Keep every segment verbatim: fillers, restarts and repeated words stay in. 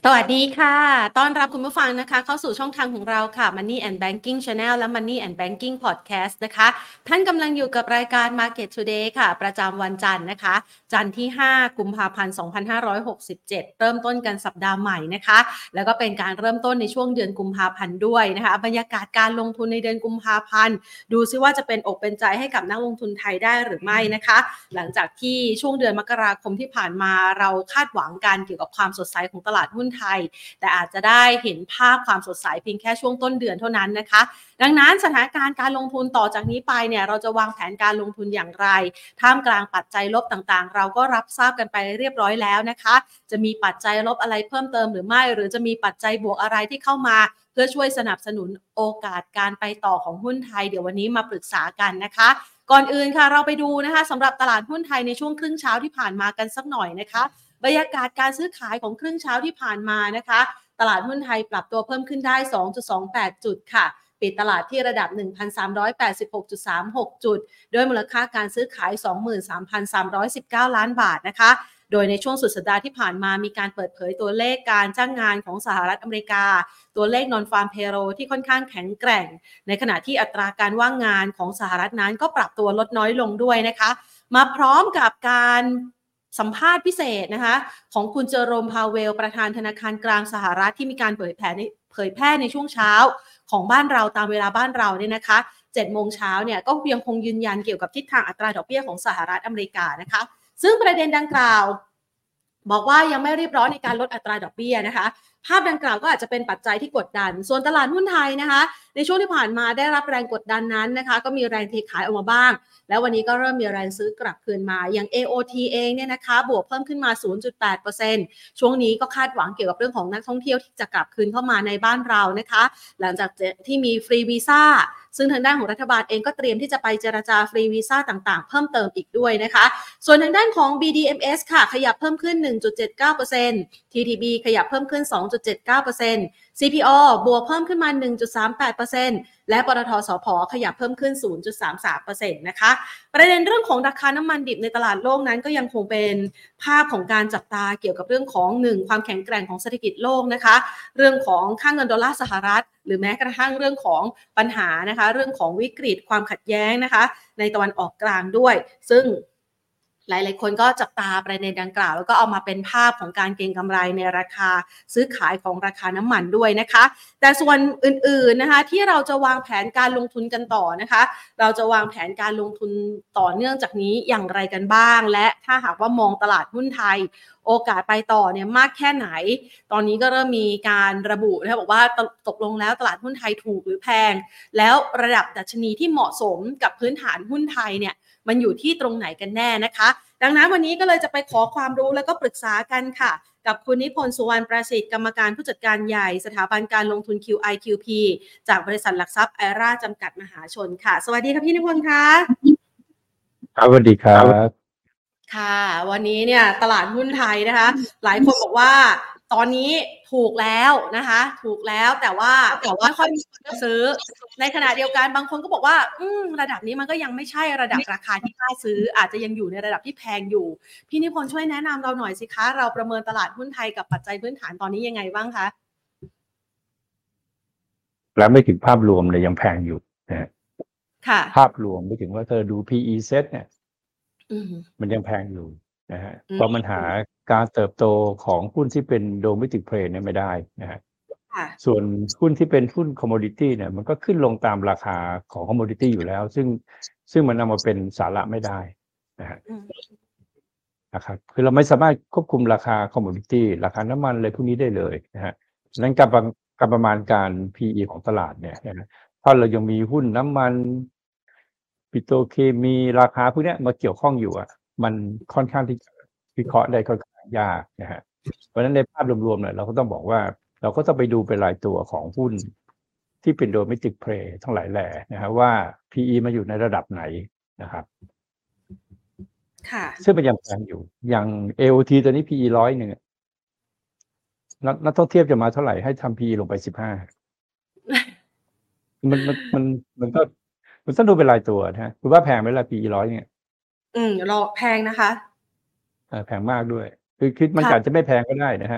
สวัสดีค่ะต้อนรับคุณผู้ฟังนะคะเข้าสู่ช่องทางของเราค่ะ Money and Banking Channel และ Money and Banking Podcast นะคะท่านกำลังอยู่กับรายการ Market Today ค่ะประจำวันจันทร์นะคะจันทร์ที่ห้ากุมภาพันธ์สองพันห้าร้อยหกสิบเจ็ดเริ่มต้นกันสัปดาห์ใหม่นะคะแล้วก็เป็นการเริ่มต้นในช่วงเดือนกุมภาพันธ์ด้วยนะคะบรรยากาศการลงทุนในเดือนกุมภาพันธ์ดูซิว่าจะเป็นอกเป็นใจให้กับนักลงทุนไทยได้หรือไม่นะคะหลังจากที่ช่วงเดือนมกราคมที่ผ่านมาเราคาดหวังกันเกี่ยวกับความสดใสของตลาดหุ้นไทยแต่อาจจะได้เห็นภาพความสดใสเพียงแค่ช่วงต้นเดือนเท่านั้นนะคะดังนั้นสถานการณ์การลงทุนต่อจากนี้ไปเนี่ยเราจะวางแผนการลงทุนอย่างไรท่ามกลางปัจจัยลบต่างๆเราก็รับทราบกันไปเรียบร้อยแล้วนะคะจะมีปัจจัยลบอะไรเพิ่มเติมหรือไม่หรือจะมีปัจจัยบวกอะไรที่เข้ามาเพื่อช่วยสนับสนุนโอกาสการไปต่อของหุ้นไทยเดี๋ยววันนี้มาปรึกษากันนะคะก่อนอื่นค่ะเราไปดูนะคะสำหรับตลาดหุ้นไทยในช่วงครึ่งเช้าที่ผ่านมากันสักหน่อยนะคะบรรยากาศการซื้อขายของครึ่งเช้าที่ผ่านมานะคะตลาดหุ้นไทยปรับตัวเพิ่มขึ้นได้ สองจุดสองแปด จุดค่ะปิดตลาดที่ระดับ หนึ่งพันสามร้อยแปดสิบหกจุดสามหก จุดด้วยมูลค่าการซื้อขาย สองหมื่นสามพันสามร้อยสิบเก้า ล้านบาทนะคะโดยในช่วงสุดสัปดาห์ที่ผ่านมามีการเปิดเผยตัวเลขการจ้างงานของสหรัฐอเมริกาตัวเลข Non-Farm Payroll ที่ค่อนข้างแข็งแกร่งในขณะที่อัตราการว่างงานของสหรัฐนั้นก็ปรับตัวลดน้อยลงด้วยนะคะมาพร้อมกับการสัมภาษณ์พิเศษนะคะของคุณเจอโรมพาเวลประธานธนาคารกลางสหรัฐที่มีการเผยแพร่ในเผยแพร่ในช่วงเช้าของบ้านเราตามเวลาบ้านเราเนี่ยนะคะเจ็ดโมงเช้าเนี่ยก็ยังคงยืนยันเกี่ยวกับทิศทางอัตราดอกเบี้ยของสหรัฐอเมริกานะคะซึ่งประเด็นดังกล่าวบอกว่ายังไม่รีบร้อนในการลดอัตราดอกเบี้ยนะคะภาพดังกล่าวก็อาจจะเป็นปัจจัยที่กดดันส่วนตลาดหุ้นไทยนะคะในช่วงที่ผ่านมาได้รับแรงกดดันนั้นนะคะก็มีแรงเทขายออกมาบ้างแล้ววันนี้ก็เริ่มมีแรงซื้อกลับคืนมาอย่าง เอ โอ ที เองเนี่ยนะคะบวกเพิ่มขึ้นมา ศูนย์จุดแปดเปอร์เซ็นต์ ช่วงนี้ก็คาดหวังเกี่ยวกับเรื่องของนักท่องเที่ยวที่จะกลับคืนเข้ามาในบ้านเรานะคะหลังจากที่มีฟรีวีซ่าซึ่งทางด้านของรัฐบาลเองก็เตรียมที่จะไปเจรจาฟรีวีซ่าต่างๆเพิ่มเติมอีกด้วยนะคะส่วนทางด้านของ บี ดี เอ็ม เอส ค่ะขยับเพิ่มขึ้น หนึ่งจุดเจ็ดเก้าเปอร์เซ็นต์ ที ที บี ขยับเพิ่มขึ้น สองจุดเจ็ดเก้าเปอร์เซ็นต์ ซี พี โอ บวกเพิ่มขึ้นมา หนึ่งจุดสามแปดเปอร์เซ็นต์ และปตท.สผ.ขยับเพิ่มขึ้น ศูนย์จุดสามสามเปอร์เซ็นต์ นะคะประเด็นเรื่องของราคาน้ำมันดิบในตลาดโลกนั้นก็ยังคงเป็นภาพของการจับตาเกี่ยวกับเรื่องของหนึ่งความแข็งแกร่งของเศรษฐกิจโลกนะคะเรื่องของค่าเงินดอลลาร์สหรัฐหรือแม้กระทั่งเรื่องของปัญหานะคะเรื่องของวิกฤตความขัดแย้งนะคะในตะวันออกกลางด้วยซึ่งหลายๆคนก็จับตาประเด็นดังกล่าวแล้วก็เอามาเป็นภาพของการเก็งกำไรในราคาซื้อขายของราคาน้ำมันด้วยนะคะแต่ส่วนอื่นๆนะคะที่เราจะวางแผนการลงทุนกันต่อนะคะเราจะวางแผนการลงทุนต่อเนื่องจากนี้อย่างไรกันบ้างและถ้าหากว่ามองตลาดหุ้นไทยโอกาสไปต่อเนี่ยมากแค่ไหนตอนนี้ก็เริ่มมีการระบุนะคะบอกว่าตกลงแล้วตลาดหุ้นไทยถูกหรือแพงแล้วระดับดัชนีที่เหมาะสมกับพื้นฐานหุ้นไทยเนี่ยมันอยู่ที่ตรงไหนกันแน่นะคะดังนั้นวันนี้ก็เลยจะไปขอความรู้แล้วก็ปรึกษากันค่ะกับคุณนิพนธ์สุวรรณประสิทธิ์กรรมการผู้จัดการใหญ่สถาบันการลงทุน คิว ไอ คิว พี จากบริษัทหลักทรัพย์ไอราจำกัดมหาชนค่ะสวัสดีค่ะพี่นิพนธ์ค่ะครับสวัสดีครับค่ะวันนี้เนี่ยตลาดหุ้นไทยนะคะหลายคนบอกว่าตอนนี้ถูกแล้วนะคะถูกแล้วแต่ว่าแต่ว่าไม่ค่อยมีคนซื้อในขณะเดียวกันบางคนก็บอกว่าอืมระดับนี้มันก็ยังไม่ใช่ระดับราคาที่กล้าซื้ออาจจะยังอยู่ในระดับที่แพงอยู่พี่นิพนธ์ช่วยแนะนำเราหน่อยสิคะเราประเมินตลาดหุ้นไทยกับปัจจัยพื้นฐานตอนนี้ยังไงบ้างคะแล้วไม่ถึงภาพรวมเลยยังแพงอยู่นะค่ะภาพรวมไม่ถึงว่าเธอดู พี อี Set เนี่ยมันยังแพงอยู่นะฮะเพราะมันหาการเติบโตของหุ้นที่เป็น Domestic Play เนี่ยไม่ได้นะฮะส่วนหุ้นที่เป็นหุ้น Commodity เนี่ยมันก็ขึ้นลงตามราคาของ Commodity อยู่แล้วซึ่งซึ่งมันเอามาเป็นสาระไม่ได้นะฮะนะครับคือเราไม่สามารถควบคุมราคา Commodity ราคาน้ำมันอะไรพวกนี้ได้เลยนะฮะนั้นการการประมาณการ พี อี ของตลาดเนี่ยนะถ้าเรายังมีหุ้นน้ำมันปิโตรเคมีราคาพวกนี้มาเกี่ยวข้องอยู่อ่ะมันค่อนข้างที่จะวิเคราะห์ได้ค่อนข้างยากนะฮะเพราะฉะนั้นในภาพรวมๆเนี่ยเราก็ต้องบอกว่าเราก็ต้องไปดูเป็นรายตัวของหุ้นที่เป็น Domestic Play ทั้งหลายแหล่นะฮะว่า พี อี มาอยู่ในระดับไหนนะครับซึ่งมันยังแพงอยู่อย่าง เอ โอ ที ตัวนี้ พี อี ร้อยหนึ่งนักนักท่องเที่ยวจะมาเท่าไหร่ให้ทำ พี อี ลงไปสิบห้ามันมันมันมันก็มันต้องดูเป็นรายตัวนะฮะคุณว่าแพงไหมล่ะ พี อี ร้อยเนี่ยอืมรอแพงนะคะเออแพงมากด้วยคือคิดมันอาจจะไม่แพงก็ได้นะฮะ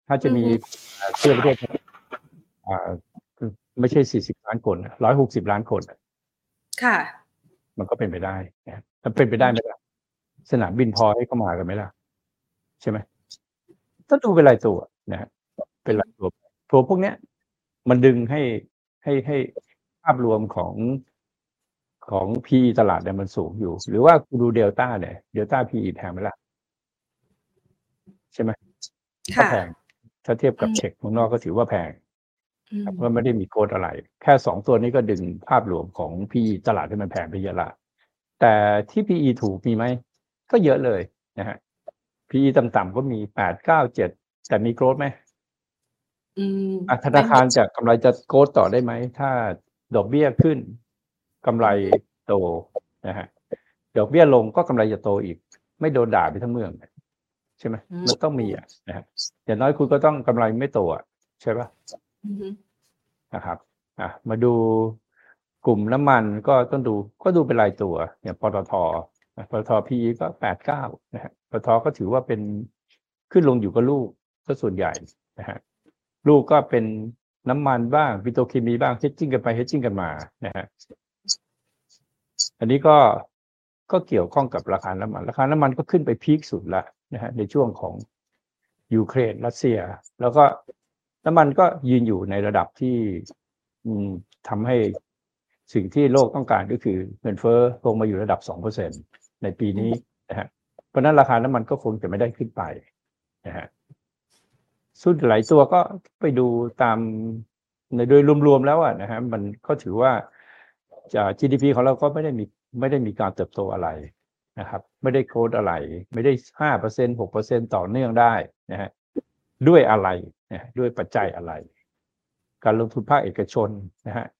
ถ้าจะมีเชื่อประเทศอ่าไม่ใช่สี่สิบล้านคนร้อยหกสิบล้านคนค่ะมันก็เป็นไปได้นะมันเป็นไปได้ไหมล่ะสนามบินพอให้เข้ามากันไหมล่ะใช่ไหมต้องดูเป็นรายตัวนะฮะเป็นรายตัวตัวพวกเนี้ยมันดึงให้ให้ให้ภาพรวมของของ พี อี ตลาดเนี่ยมันสูงอยู่หรือว่าคุณดูเดลต้าเนี่ยเดลต้า พี อี แพงไหมล่ะใช่ไหมก็แพงถ้าเทียบกับเช็คเมืองนอกก็ถือว่าแพงเพราะไม่ได้มีโกดอะไรแค่สองตัวนี้ก็ดึงภาพรวมของ พี อี ตลาดที่มันแพงไปเยอะละแต่ที่ พี อี ถูกมีไหมก็เยอะเลยนะฮะ พี อี ต่ำๆก็มีแปด เก้า เจ็ดแต่มีโกรธไหมธนาคารจะกำไรจะโกรธต่อได้ไหมถ้าดอกเบี้ยขึ้นกำไรโตนะฮะดอกเบี้ยลงก็กำไรจะโตอีกไม่โดนด่าไปทั้งเมืองใช่ไหมมันต้องมีอ่ะนะฮะอย่างน้อยคุณก็ต้องกำไรไม่โตอ่ะใช่ป่ะนะครับอ่ะมาดูกลุ่มน้ำมันก็ต้องดูก็ดูเป็นรายตัวอย่างปตทปตท พี อี ก็แปด เก้านะฮะปตทก็ถือว่าเป็นขึ้นลงอยู่กับลูกซะส่วนใหญ่นะฮะลูกก็เป็นน้ำมันบ้างปิโตรเคมีบ้างเฮดจิ้งกันไปเฮดจิ้งกันมานะฮะอันนี้ก็ก็เกี่ยวข้องกับราคาน้ำมันราคาน้ำมันก็ขึ้นไปพีคสุดแล้วนะฮะในช่วงของยูเครนรัสเซียแล้วก็น้ำมันก็ยืนอยู่ในระดับที่ทำให้สิ่งที่โลกต้องการก็คือเงินเฟ้อลงมาอยู่ระดับ สองเปอร์เซ็นต์ ในปีนี้นะฮะเพราะนั้นราคาน้ำมันก็คงจะไม่ได้ขึ้นไปนะฮะสุดหลายตัวก็ไปดูตามในโดยรวมๆแล้วอ่ะนะฮะมันก็ถือว่าจาก จี ดี พี ของเราก็ไม่ได้มีไม่ได้มีการเติบโตอะไรนะครับไม่ได้โกรธอะไรไม่ได้ ห้าเปอร์เซ็นต์ หกเปอร์เซ็นต์ ต่อเนื่องได้นะฮะด้วยอะไรนะด้วยปัจจัยอะไรการลงทุนภาคเอกชนนะฮะ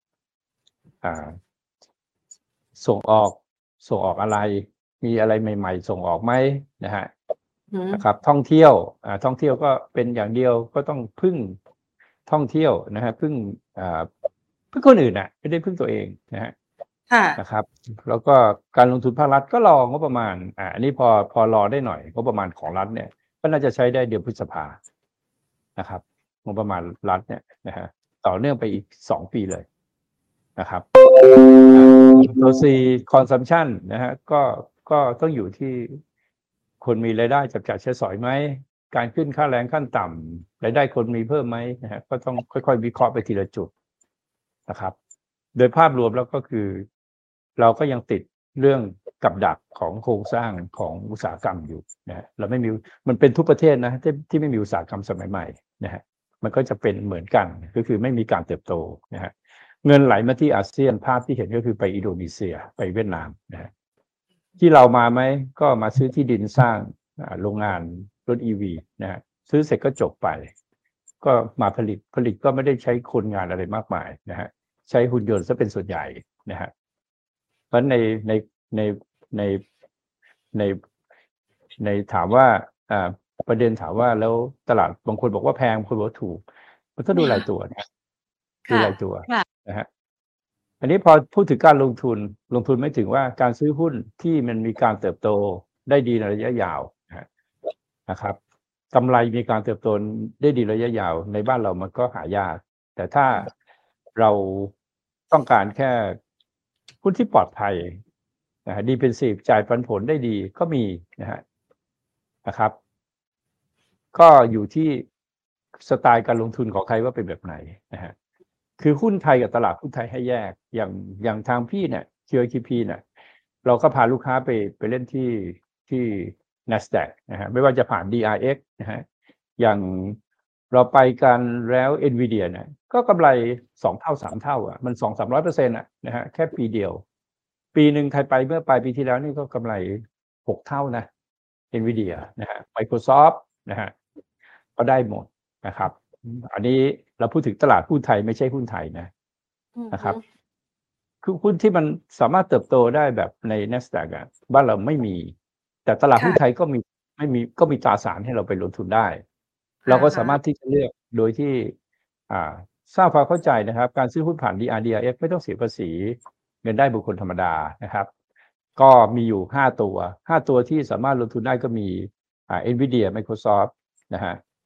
ส่งออกส่งออกอะไรมีอะไรใหม่ๆส่งออกไหมนะฮะนะครับท่องเที่ยวอ่าท่องเที่ยวก็เป็นอย่างเดียวก็ต้องพึ่งท่องเที่ยวนะฮะพึ่งอ่าพึ่งคนอื่นน่ะไม่ได้พึ่งตัวเองนะฮะนะครับแล้วก็การลงทุนภาครัฐก็รองบประมาณอ่าอันนี้พอพอรอได้หน่อยงบประมาณของรัฐเนี่ยก็น่าจะใช้ได้เดือนพฤษภานะครับงบประมาณรัฐเนี่ยนะฮะต่อเนื่องไปอีกสองปีเลยนะครับตัว C consumption นะฮะก็ก็ต้องอยู่ที่คนมีรายได้จับจ่ายใช้สอยไหมการขึ้นค่าแรงขั้นต่ำรายได้คนมีเพิ่มไหมนะฮะก็ต้องค่อยๆวิเคราะห์ไปทีละจุดนะครับโดยภาพรวมแล้วก็คือเราก็ยังติดเรื่องกับดักของโครงสร้างของอุตสาหกรรมอยู่นะฮะเราไม่มีมันเป็นทุกประเทศนะที่ที่ไม่มีอุตสาหกรรมสมัยใหม่นะฮะมันก็จะเป็นเหมือนกันก็คือไม่มีการเติบโตนะฮะเงินไหลมาที่อาเซียนภาพที่เห็นก็คือไปอินโดนีเซียไปเวียดนามนะฮะที่เรามาไหมก็มาซื้อที่ดินสร้างโรงงานรถ อี วี นะฮะซื้อเสร็จก็จบไปก็มาผลิตผลิตก็ไม่ได้ใช้คนงานอะไรมากมายนะฮะใช้หุ่นยนต์ซะเป็นส่วนใหญ่นะฮะเพราะในในในในในในถามว่าอ่าประเด็นถามว่าแล้วตลาดบางคนบอกว่าแพงบางคนบอกว่าถูกมันก็ดูรายตัวนะดูรายตัวนะฮะอันนี้พอพูดถึงการลงทุนลงทุนไม่ถึงว่าการซื้อหุ้นที่มันมีการเติบโตได้ดีในระยะยาวนะครับกำไรมีการเติบโตได้ดีระยะยาวในบ้านเรามันก็หายากแต่ถ้าเราต้องการแค่หุ้นที่ปลอดภัยนะฮะดีเป็นสิบจ่ายปันผลได้ดีก็มีนะฮะนะครับก็อยู่ที่สไตล์การลงทุนของใครว่าเป็นแบบไหนนะฮะคือหุ้นไทยกับตลาดหุ้นไทยให้แยกอย่างอย่างทางพี่เนี่ย คิว ไอ คิว พี เนี่ยเราก็พาลูกค้าไปไปเล่นที่ที่ NASDAQ นะฮะไม่ว่าจะผ่าน ดี อาร์ เอ็กซ์ นะฮะอย่างเราไปกันแล้ว Nvidia เนี่ยก็กำไรสองเท่าสามเท่าอ่ะมัน สองถึงสามร้อยเปอร์เซ็นต์ อ่ะนะฮะแค่ปีเดียวปีนึงใครไปเมื่อปลายปีที่แล้วนี่ก็กำไรหกเท่านะ Nvidia นะฮะ Microsoft นะฮะก็ได้หมดนะครับอันนี้เราพูดถึงตลาดหุ้นไทยไม่ใช่หุ้นไทยนะนะครับคือหุ้นที่มันสามารถเติบโตได้แบบใน NASDAQ อ่ะบ้านเราไม่มีแต่ตลาดหุ้นไทยก็มีไม่มีก็มีตราสารให้เราไปลงทุนได้เราก็สามารถที่จะเลือกโดยที่อ่าสร้างความเข้าใจนะครับการซื้อหุ้นผ่าน ดี อาร์ ดี อาร์ เอฟ ไม่ต้องเสียภาษีเงินได้บุคคลธรรมดานะครับก็มีอยู่ห้าตัวห้าตัวที่สามารถลงทุนได้ก็มีอ่า Nvidia Microsoft นะฮะ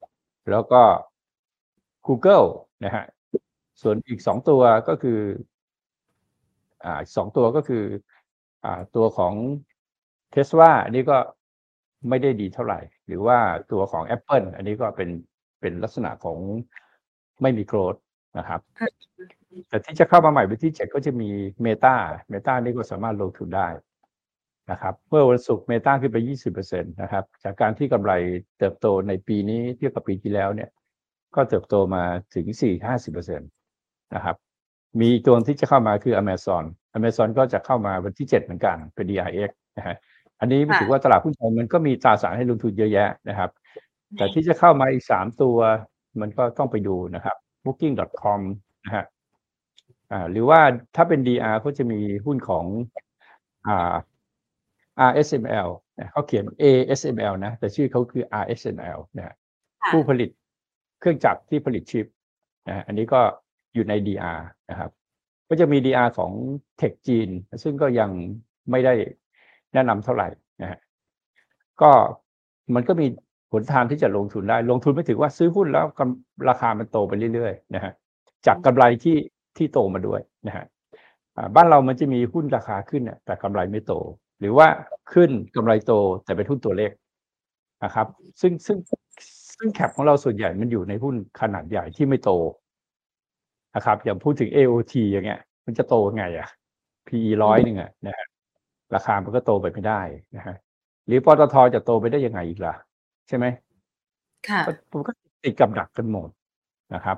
แล้วก็ Google นะฮะส่วนอีกสองตัวก็คืออ่าสองตัวก็คืออ่าตัวของ Tesla อันนี้ก็ไม่ได้ดีเท่าไหร่หรือว่าตัวของ Apple อันนี้ก็เป็นเป็นลักษณะของไม่มี growth นะครับแต่ที่จะเข้ามาใหม่วันที่เจ็ดก็จะมี Meta Meta นี่ก็สามารถลงทุนได้นะครับเมื่อวันศุกร์ Meta ขึ้นไป ยี่สิบเปอร์เซ็นต์ นะครับจากการที่กำไรเติบโตในปีนี้เทียบกับปีที่แล้วเนี่ยก็เติบโตมาถึง สี่ถึงห้าสิบเปอร์เซ็นต์ นะครับมีตัวที่จะเข้ามาคือ Amazon Amazon ก็จะเข้ามาวันที่เจ็ดเหมือนกันเป็น ดี ไอ เอ็กซ์ นะฮะอันนี้ถือว่าตลาดหุ้นไทยมันก็มีตราสารให้ลงทุนเยอะแยะนะครับแต่ที่จะเข้ามาอีกสามตัวมันก็ต้องไปดูนะครับ บุ๊คกิ้ง ดอท คอม นะฮะอ่าหรือว่าถ้าเป็น ดี อาร์ เขาจะมีหุ้นของอ่า อาร์ เอส เอ็ม แอล นะเขาเขียน เอ เอส เอ็ม แอล นะแต่ชื่อเขาคือ อาร์ เอส เอ็ม แอล นะฮะผู้ผลิตเครื่องจักรที่ผลิตชิปนะฮะอันนี้ก็อยู่ใน ดี อาร์ นะครับก็จะมี ดี อาร์ ของเทคจีนซึ่งก็ยังไม่ได้แนะนำเท่าไหร่นะฮะก็มันก็มีหนทางที่จะลงทุนได้ลงทุนไม่ถือว่าซื้อหุ้นแล้วราคามันโตไปเรื่อยๆนะฮะจากกำไรที่ที่โตมาด้วยนะฮะบ้านเรามันจะมีหุ้นราคาขึ้นแต่กำไรไม่โตหรือว่าขึ้นกำไรโตแต่เป็นหุ้นตัวเล็กนะครับซึ่งซึ่งซึ่งแคปของเราส่วนใหญ่มันอยู่ในหุ้นขนาดใหญ่ที่ไม่โตนะครับอย่างพูดถึง เอ โอ ที อย่างเงี้ยมันจะโตไงอ่ะ พี อี ร้อยหนึ่งอ่ะนะฮะราคามันก็โตไปไม่ได้นะฮะหรือปตท.จะโตไปได้ยังไงอีกล่ะใช่ไหมค่ะผมก็ติดกับดักกันหมดนะครับ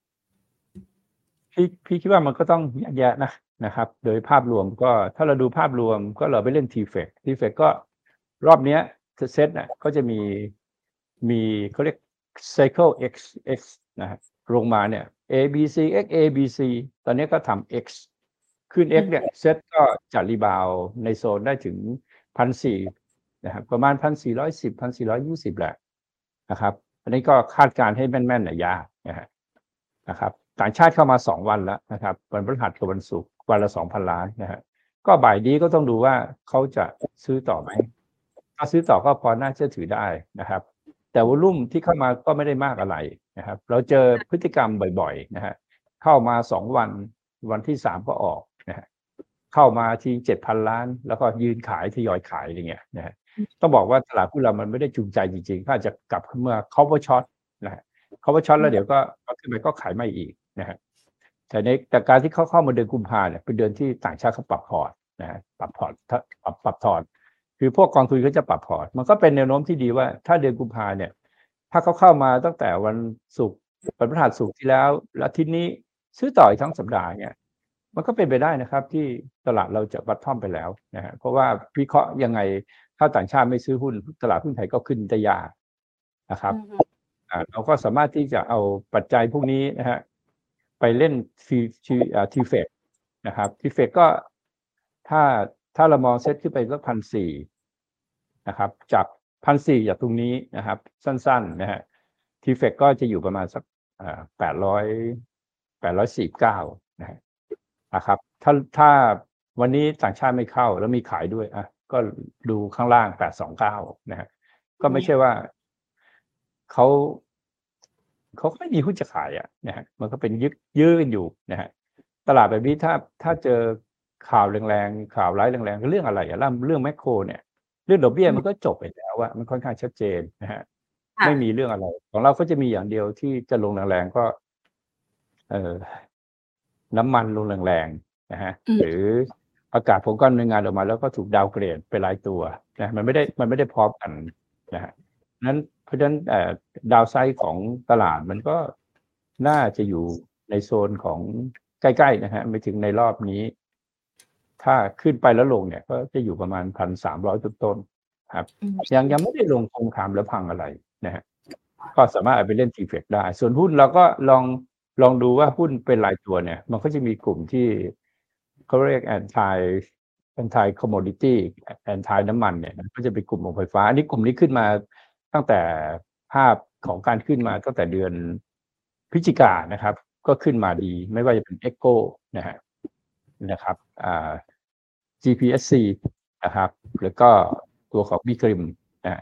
พี่พี่คิดว่ามันก็ต้องแยกแยะนะนะครับโดยภาพรวมก็ถ้าเราดูภาพรวมก็เราไปเล่น ที เฟก ที เฟก ก็รอบเนี้ยเซ็ตน่ะก็จะมีมีเขาเรียก Cycle X X นะฮะลงมาเนี่ย A B C X A B C ตอนนี้ก็ทำ X ขึ้น X เนี่ยเซ็ตก็จะรีบาวในโซนได้ถึง หนึ่งพันสี่ร้อย นะครับประมาณ หนึ่งพันสี่ร้อยสิบ หนึ่งพันสี่ร้อยยี่สิบ แหละนะครับอันนี้ก็คาดการณ์ให้แม่นๆน่ะยากนะฮะนะครับต่างชาติเข้ามาสองวันแล้วนะครับวันพฤหัสกับวันศุกร์วันละ สองพัน ล้านนะฮะก็บ่ายนี้ก็ต้องดูว่าเขาจะซื้อต่อไหมถ้าซื้อต่อก็พอน่าเชื่อถือได้นะครับแต่วอลุ่มที่เข้ามาก็ไม่ได้มากอะไรนะครับเราเจอพฤติกรรมบ่อยๆนะฮะเข้ามาสองวันวันที่สามก็ออกนะฮะเข้ามาที เจ็ดพัน ล้านแล้วก็ยืนขายทยอยขายอะไรเงี้ยนะฮะต้องบอกว่าตลาดหุ้นเรามันไม่ได้จูงใจจริงๆก็อาจจะกลับเมื่อ cover short นะฮะเขาว่าช็อตแล้วเดี๋ยวก็ขึ้นไปก็ขายไม่อีกนะฮะแต่ในแต่การที่เขาเข้ามาเดือนกุมภาเนี่ยเป็นเดือนที่ต่างชาติเขาปรับพอร์ตนะฮะปรับพอร์ตปรับปรับพอร์ตคือพวกกองทุนเขาจะปรับพอร์ตมันก็เป็นแนวโน้มที่ดีว่าถ้าเดือนกุมภาเนี่ยถ้าเขาเข้ามาตั้งแต่วันศุกร์วันพฤหัสศุกร์ที่แล้วแล้วทีนี้ซื้อต่ออีกทั้งสัปดาห์เนี่ยมันก็เป็นไปได้นะครับที่ตลาดเราจะบัตทอมไปแล้วนะฮะเพราะว่าวิเคราะห์ยังไงถ้าต่างชาติไม่ซื้อหุ้นตลาดหุ้นไทยก็ขึ้นได้ยากนะครับเราก็สามารถที่จะเอาปัจจัยพวกนี้นะฮะไปเล่นทีทีทีเฟกนะครับทีเฟกก็ถ้าถ้าเรามองเซตขึ้นไปสักพันสี่นะครับจากพันสี่จากตรงนี้นะครับสั้นๆนะฮะทีเฟกก็จะอยู่ประมาณสักแปดร้อยแปดร้อยสี่สิบเก้านะฮะนะครับถ้าถ้าวันนี้ต่างชาติไม่เข้าแล้วมีขายด้วยอ่ะก็ดูข้างล่างแปดสองเก้านะฮะก็ไม่ใช่ว่าเขาเขาไม่มีหุ้นจะขายอ่ะนะฮะมันก็เป็นยึกยื้อกันอยู่นะฮะตลาดแบบนี้ถ้าถ้าเจอข่าวแรงๆข่าวร้ายแรงๆเรื่องอะไรอ่ะเรื่องแมคโครเนี่ยเรื่องดอกเบี้ยมันก็จบไปแล้วอ่ะมันค่อนข้างชัดเจนนะฮะไม่มีเรื่องอะไรของเราก็จะมีอย่างเดียวที่จะลงแรงๆก็เอ่อน้ำมันลงแรงๆนะฮะหรือประกาศผลการดำเนินงานออกมาแล้วก็ถูกดาวเกรดไปหลายตัวนะมันไม่ได้มันไม่ได้พร้อมกันนะฮะนั้นเพราะฉะนั้นดาวไซด์ของตลาดมันก็น่าจะอยู่ในโซนของใกล้ๆนะฮะไม่ถึงในรอบนี้ถ้าขึ้นไปแล้วลงเนี่ยก็จะอยู่ประมาณ หนึ่งพันสามร้อย ต้นๆครับยังยังไม่ได้ลงคงคามแล้วพังอะไรนะฮะก็สามารถเอาไปเล่นทีเฟกได้ส่วนหุ้นเราก็ลองลองดูว่าหุ้นเป็นรายตัวเนี่ยมันก็จะมีกลุ่มที่เขาเรียก anti anti commodity anti น้ำมันเนี่ยก็จะเป็นกลุ่มโรงไฟฟ้าอันนี้กลุ่มนี้ขึ้นมาตั้งแต่ภาพของการขึ้นมาตั้งแต่เดือนพฤศจิกายนนะครับก็ขึ้นมาดีไม่ว่าจะเป็น Echo นะฮะนะครับอ่า จี พี เอส ซี นะครับแล้วก็ตัวของ Bigrim นะฮะ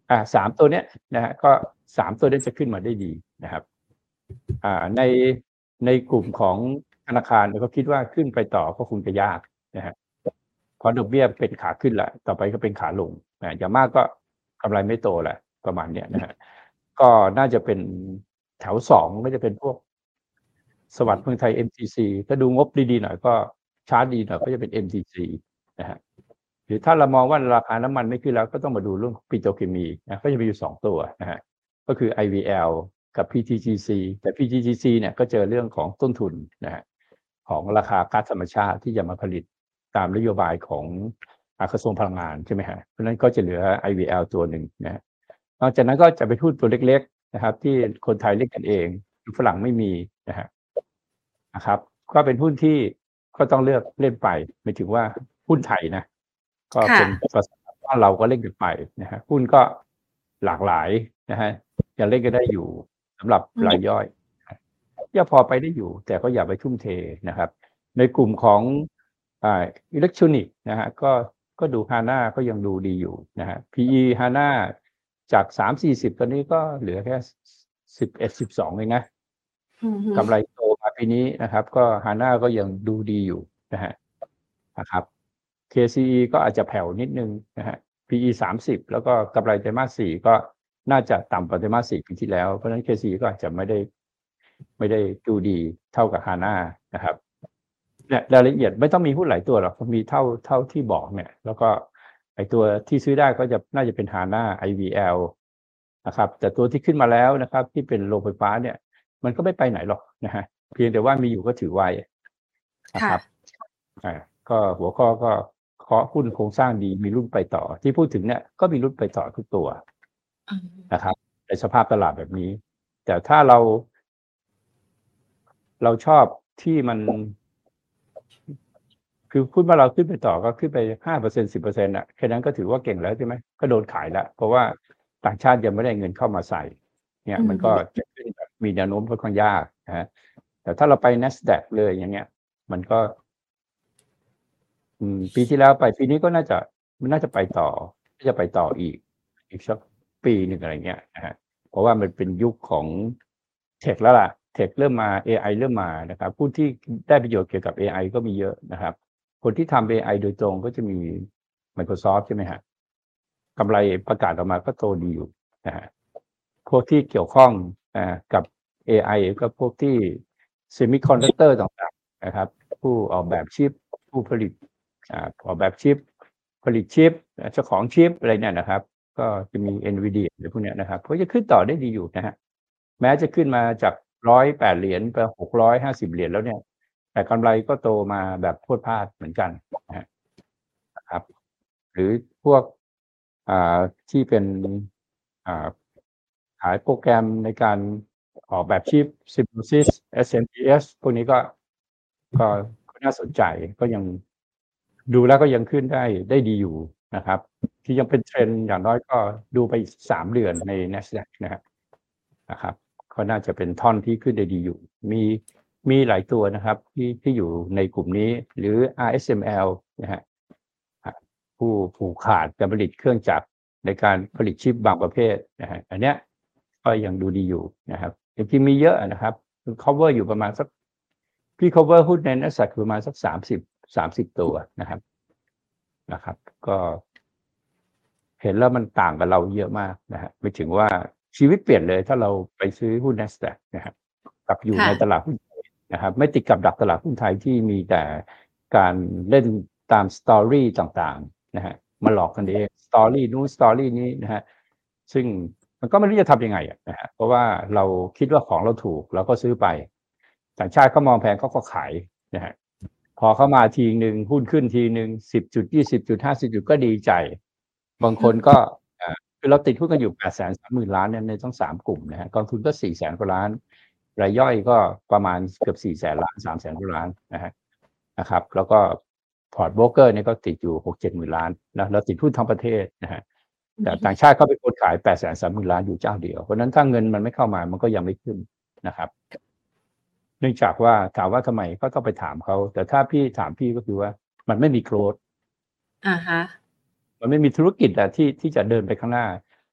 อ่าสามตัวเนี้ยนะฮะก็สามตัวนี้จะขึ้นมาได้ดีนะครับอ่าในในกลุ่มของธนาคารก็คิดว่าขึ้นไปต่อก็คงจะยากนะฮะเพราะดอกเบี้ยเป็นขาขึ้นแหละต่อไปก็เป็นขาลงนะอย่างมากก็กำไรไม่โตแหละประมาณเนี้ยนะฮะก็น่าจะเป็นแถวสองไม่จะเป็นพวกสวัสดิ์เมืองไทย เอ็ม ที ซี ถ้าดูงบดีๆหน่อยก็ชาร์จดีหน่อยก็จะเป็น เอ็ม ที ซี นะฮะหรือถ้าเรามองว่าราคาน้ำมันไม่ขึ้นแล้วก็ต้องมาดูเรื่องปิโตรเคมีนะก็จะมีอยู่สองตัวนะฮะก็คือ ไอ วี แอล กับ พี ที จี ซี แต่ พี ที จี ซี เนี่ยก็เจอเรื่องของต้นทุนนะฮะของราคาก๊าซธรรมชาติที่จะมาผลิตตามนโยบายของกระทรวงพลังงานใช่ไหมฮะเพราะฉะนั้นก็จะเหลือ ไอ วี แอล ตัวหนึ่งนะฮะนอกจากนั้นก็จะไปหุ้นตัวเล็กๆนะครับที่คนไทยเล่นกันเองฝรั่งไม่มีนะฮะนะครับก็เป็นหุ้นที่ก็ต้องเลือกเล่นไปหมายถึงว่าหุ้นไทยนะก็เป็นภาษาบ้านเราก็เล่นกันไปนะฮะหุ้นก็หลากหลายนะฮะยังเล่นกันได้อยู่สำหรับรายย่อยยังพอไปได้อยู่แต่ก็อย่าไปทุ่มเทนะครับในกลุ่มของอ่าอิเล็กทรอนิกส์นะฮะก็ก็ดูฮาน่าก็ยังดูดีอยู่นะฮะ พี อี ฮาน่าจากสามสี่สิบตอนนี้ก็เหลือแค่สิบเอ็ดสิบสองเองนะกำไรโตมาปีนี้นะครับก็ฮาน่าก็ยังดูดีอยู่นะฮะนะครับ เค ซี อี ก็อาจจะแผ่วนิดนึงนะฮะ พี อี สามสิบแล้วก็กำไรไตรมาสสี่ก็น่าจะต่ำกว่าไตรมาสสี่ปีที่แล้วเพราะฉะนั้น เค ซี อี ก็อาจจะไม่ได้ไม่ได้ดูดีเท่ากับฮาน่านะครับเนี่ยรายละเอียดไม่ต้องมีหุ้นหลายตัวหรอกมีเท่าเท่าที่บอกเนี่ยแล้วก็ไอตัวที่ซื้อได้ก็จะน่าจะเป็นฮาน่า ไอ วี แอล นะครับแต่ตัวที่ขึ้นมาแล้วนะครับที่เป็นโรงไฟฟ้าเนี่ยมันก็ไม่ไปไหนหรอกนะฮะเพียงแต่ว่ามีอยู่ก็ถือไว้นะครับอ่าก็หัวข้อก็เคาะหุ้นโครงสร้างดีมีรุ่นไปต่อที่พูดถึงเนี่ยก็มีรุ่นไปต่อทุกตัวนะครับในสภาพตลาดแบบนี้แต่ถ้าเราเราชอบที่มันคือพูดว่าเราขึ้นไปต่อก็ขึ้นไป ห้าเปอร์เซ็นต์ สิบเปอร์เซ็นต์ อ่ะแค่นั้นก็ถือว่าเก่งแล้วใช่ไหมก็โดนขายแล้วเพราะว่าต่างชาติยังไม่ได้เงินเข้ามาใส่เนี่ยมันก็จะขึ้นแบบมีแนวโน้มค่อนข้างยากนะฮะแต่ถ้าเราไป NASDAQ เลยอย่างเงี้ยมันก็อืมปีที่แล้วไปปีนี้ก็น่าจะมันน่าจะไปต่อน่าจะไปต่ออีกอีกสักปีหนึ่งอะไรเงี้ยนะฮะเพราะว่ามันเป็นยุคของเทคแล้วล่ะเทคเริ่มมา เอ ไอ เริ่มมานะครับผู้ที่ได้ประโยชน์เกี่ยวกับ เอ ไอ ก็มีเยอะนะครับคนที่ทำ เอ ไอ โดยตรงก็จะมี Microsoft ใช่ไหมฮะกำไรประกาศออกมาก็โตดีอยู่นะฮะพวกที่เกี่ยวข้องอ่ากับ เอ ไอ ก็พวกที่ Semiconductor ต่างๆนะครับผู้ออกแบบชิปผู้ผลิตอ่าออกแบบชิปผลิตชิปเจ้าของชิปอะไรเนี่ยนะครับก็จะมี Nvidia หรือพวกเนี้ยนะครับก็จะขึ้นต่อได้ดีอยู่นะฮะแม้จะขึ้นมาจากหนึ่งร้อยแปดเหรียญไปหกร้อยห้าสิบเหรียญแล้วเนี่ยแต่กำไรก็โตมาแบบพรวดพราดเหมือนกันนะฮะนะครับหรือพวกอ่าที่เป็นอ่าขายโปรแกรมในการออกแบบชิป Synopsys เอส เอ็ม พี เอส พวกนี้ก็ก็น่าสนใจก็ยังดูแล้วก็ยังขึ้นได้ได้ดีอยู่นะครับที่ยังเป็นเทรนด์อย่างน้อยก็ดูไปสามเดือนใน NASDAQ นะครับนะครับก็น่าจะเป็นท่อนที่ขึ้นได้ดีอยู่มีมีหลายตัวนะครับที่ที่อยู่ในกลุ่มนี้หรือ อาร์ เอส เอ็ม แอล นะฮะผู้ผูกขาดการผลิตเครื่องจักรในการผลิตชิปบางประเภทนะฮะอันเนี้ยก็ยังดูดีอยู่นะครับจริงๆมีเยอะนะครับ cover อยู่ประมาณสักพี่ cover หุ้นใน NASDAQ ประมาณสักสามสิบสามสิบตัวนะครับนะครับก็เห็นแล้วมันต่างกับเราเยอะมากนะฮะไม่ถึงว่าชีวิตเปลี่ยนเลยถ้าเราไปซื้อหุ้น NASDAQ นะครับกับอยู่ในตลาดหุ้นไทยนะครับไม่ติดกับดักตลาดหุ้นไทยที่มีแต่การเล่นตามสตอรี่ต่างๆนะฮะมาหลอกกันเองสตอรี่นู้นสตอรี่นี้นะฮะซึ่งมันก็ไม่รู้จะทำยังไงนะฮะเพราะว่าเราคิดว่าของเราถูกเราก็ซื้อไปต่างชาติเขามองแพงเขาก็ขายนะฮะพอเข้ามาทีนึงหุ้นขึ้นทีนึงสิบจุดยี่สิบจุดห้าสิบจุดก็ดีใจบางคนก็คือเราติดหุ้นกันอยู่แปดแสนสามหมื่นล้านเนี่ยในทั้งสามกลุ่มนะฮะกองทุนก็สี่แสนกว่าล้านรายย่อยก็ประมาณเกือบสี่แสนล้านสามแสนกว่าล้านนะฮะนะครับแล้วก็พอร์ตโบรกเกอร์เนี่ยก็ติดอยู่หกเจ็ดหมื่นล้านนะเราติดหุ้นทั้งประเทศนะฮะแต่ต่างชาติเขาเป็นคนขายแปดแสนสามหมื่นล้านอยู่เจ้าเดียวเพราะนั้นถ้าเงินมันไม่เข้ามามันก็ยังไม่ขึ้นนะครับเนื่องจากว่าถามว่าทำไมก็ต้องไปถามเขาแต่ถ้าพี่ถามพี่ก็คือว่ามันไม่มีโกรธอ่าฮะมันไม่มีธุรกิจอะที่ที่จะเดินไปข้างหน้า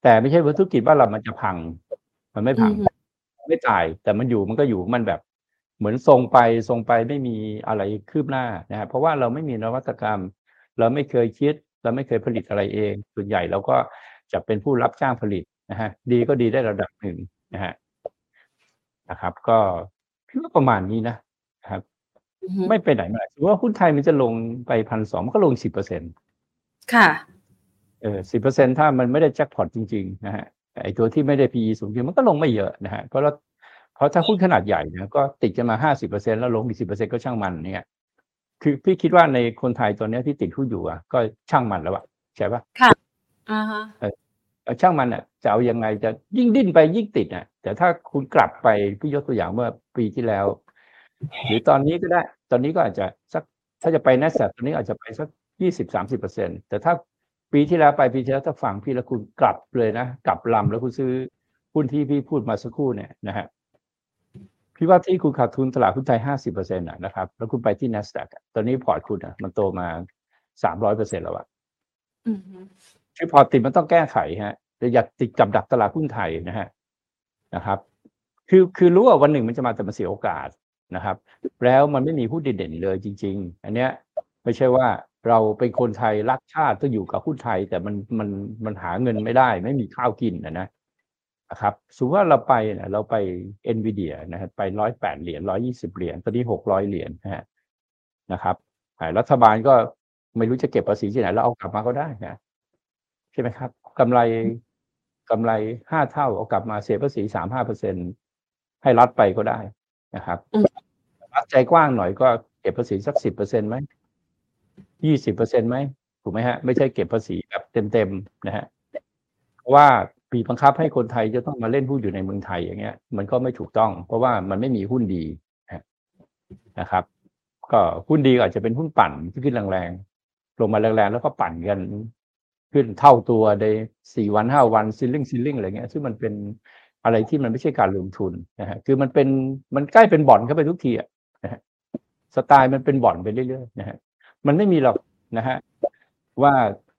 แต่ไม่ใช่ว่าธุรกิจบ้านเรามันจะพังมันไม่พังไม่ตายแต่มันอยู่มันก็อยู่มันแบบเหมือนทรงไปทรงไปไม่มีอะไรคืบหน้านะฮะเพราะว่าเราไม่มีนวัตกรรมเราไม่เคยคิดเราไม่เคยผลิตอะไรเองส่วนใหญ่เราก็จะเป็นผู้รับจ้างผลิตนะฮะดีก็ดีได้ระดับหนึ่งนะฮะนะครับก็คิดว่าประมาณนี้นะครับไม่ไปไหนมาไหนถือว่าหุ้นไทยมันจะลงไปพันสองมันก็ลงสิบเปอร์เซ็นต์ค่ะเออสิบเปอร์เซ็นต์ถ้ามันไม่ได้แจ็คพอตจริงๆนะฮะไอ้ตัวที่ไม่ได้ พี อี สูงจริงมันก็ลงไม่เยอะนะฮะเพราะเราเพราะถ้าหุ้นขนาดใหญ่เนี่ยก็ติดกันมาห้าสิบเปอร์เซ็นต์แล้วลงอีกสิบเปอร์เซ็นต์ก็ช่างมันเนี่ยคือพี่คิดว่าในคนไทยตอนนี้ที่ติดหุ้นอยู่อ่ะก็ช่างมันแล้วอะใช่ปะค่ะอ่าฮะช่างมันอ่ะจะเอายังไงจะยิ่งดิ้นไปยิ่งติดอ่ะแต่ถ้าคุณกลับไปพี่ยกตัวอย่างเมื่อปีที่แล้วหรือตอนนี้ก็ได้ตอนนี้ก็อาจจะสักถ้าจะไป Nasdaq ตอนนี้อาจจะไปสักยี่สิบสามสิบเปอร์เซ็นต์แต่ถ้าปีที่แล้วไปปีที่แล้วถ้าฟังพี่แล้วคุณกลับเลยนะกลับลำแล้วคุณซื้อหุ้นที่พี่พูดมาสักครู่เนี่ยนะฮะพี่ว่าที่คุณขาดทุนตลาดหุ้นไทยห้าสิบเปอร์เซ็นต์อ่ะนะครับแล้วคุณไปที่ Nasdaq ตอนนี้พอร์ตคุณอ่ะมันโตมาสามร้อยเปอร์เซ็นต์แล้วอ่ะคือพอร์ตติดมันต้องแก้ไขฮะแต่อย่าติดกับดักตลาดหุ้นไทยนะฮะนะครับคือคือรู้ว่าวันหนึ่งมันจะมาแต่มันเสียโอกาสนะครับแล้วมันไม่มีหุ้นเด่นๆเลยจริงๆอันเนี้ยไม่ใช่ว่าเราเป็นคนไทยรักชาติต้องอยู่กับหุ้นไทยแต่มันมันมันหาเงินไม่ได้ไม่มีข้าวกินนะนะนะครับสมมติว่าเราไปเนี่ยเราไป Nvidia นะครับไปร้อยแปดเหรียญร้อยยี่สิบเหรียญตอนนี้หกร้อยเหรียญนะฮะนะครับรัฐบาลก็ไม่รู้จะเก็บภาษีที่ไหนแล้วเอากลับมาก็ได้นะใช่ไหมครับกำไรกำไรห้าเท่าเอากลับมาเสียภาษีสามห้าเปอร์เซ็นต์ให้รัฐไปก็ได้นะครับรัฐใจกว้างหน่อยก็เก็บภาษีสักสิบเปอร์เซ็นต์ไหมยี่สิบเปอร์เซ็นต์ไหมถูกไหมฮะไม่ใช่เก็บภาษีแบบเต็มๆนะฮะเพราะว่าปีบังคับให้คนไทยจะต้องมาเล่นหุ้นอยู่ในเมืองไทยอย่างเงี้ยมันก็ไม่ถูกต้องเพราะว่ามันไม่มีหุ้นดีนะครับก็หุ้นดีอาจจะเป็นหุ้นปั่นที่ขึ้นแรงๆลงมาแรงๆแล้วก็ปั่นกันขึ้นเท่าตัวในสี่วันห้าวันซิลลิ่งซิลลิ่งอะไรเงี้ยซึ่งมันเป็นอะไรที่มันไม่ใช่การลงทุนนะฮะคือมันเป็นมันใกล้เป็นบ่อนเข้าไปทุกทีอ่ะนะฮะสไตล์มันเป็นบ่อนไปเรื่อยๆนะฮะมันไม่มีหรอกนะฮะว่า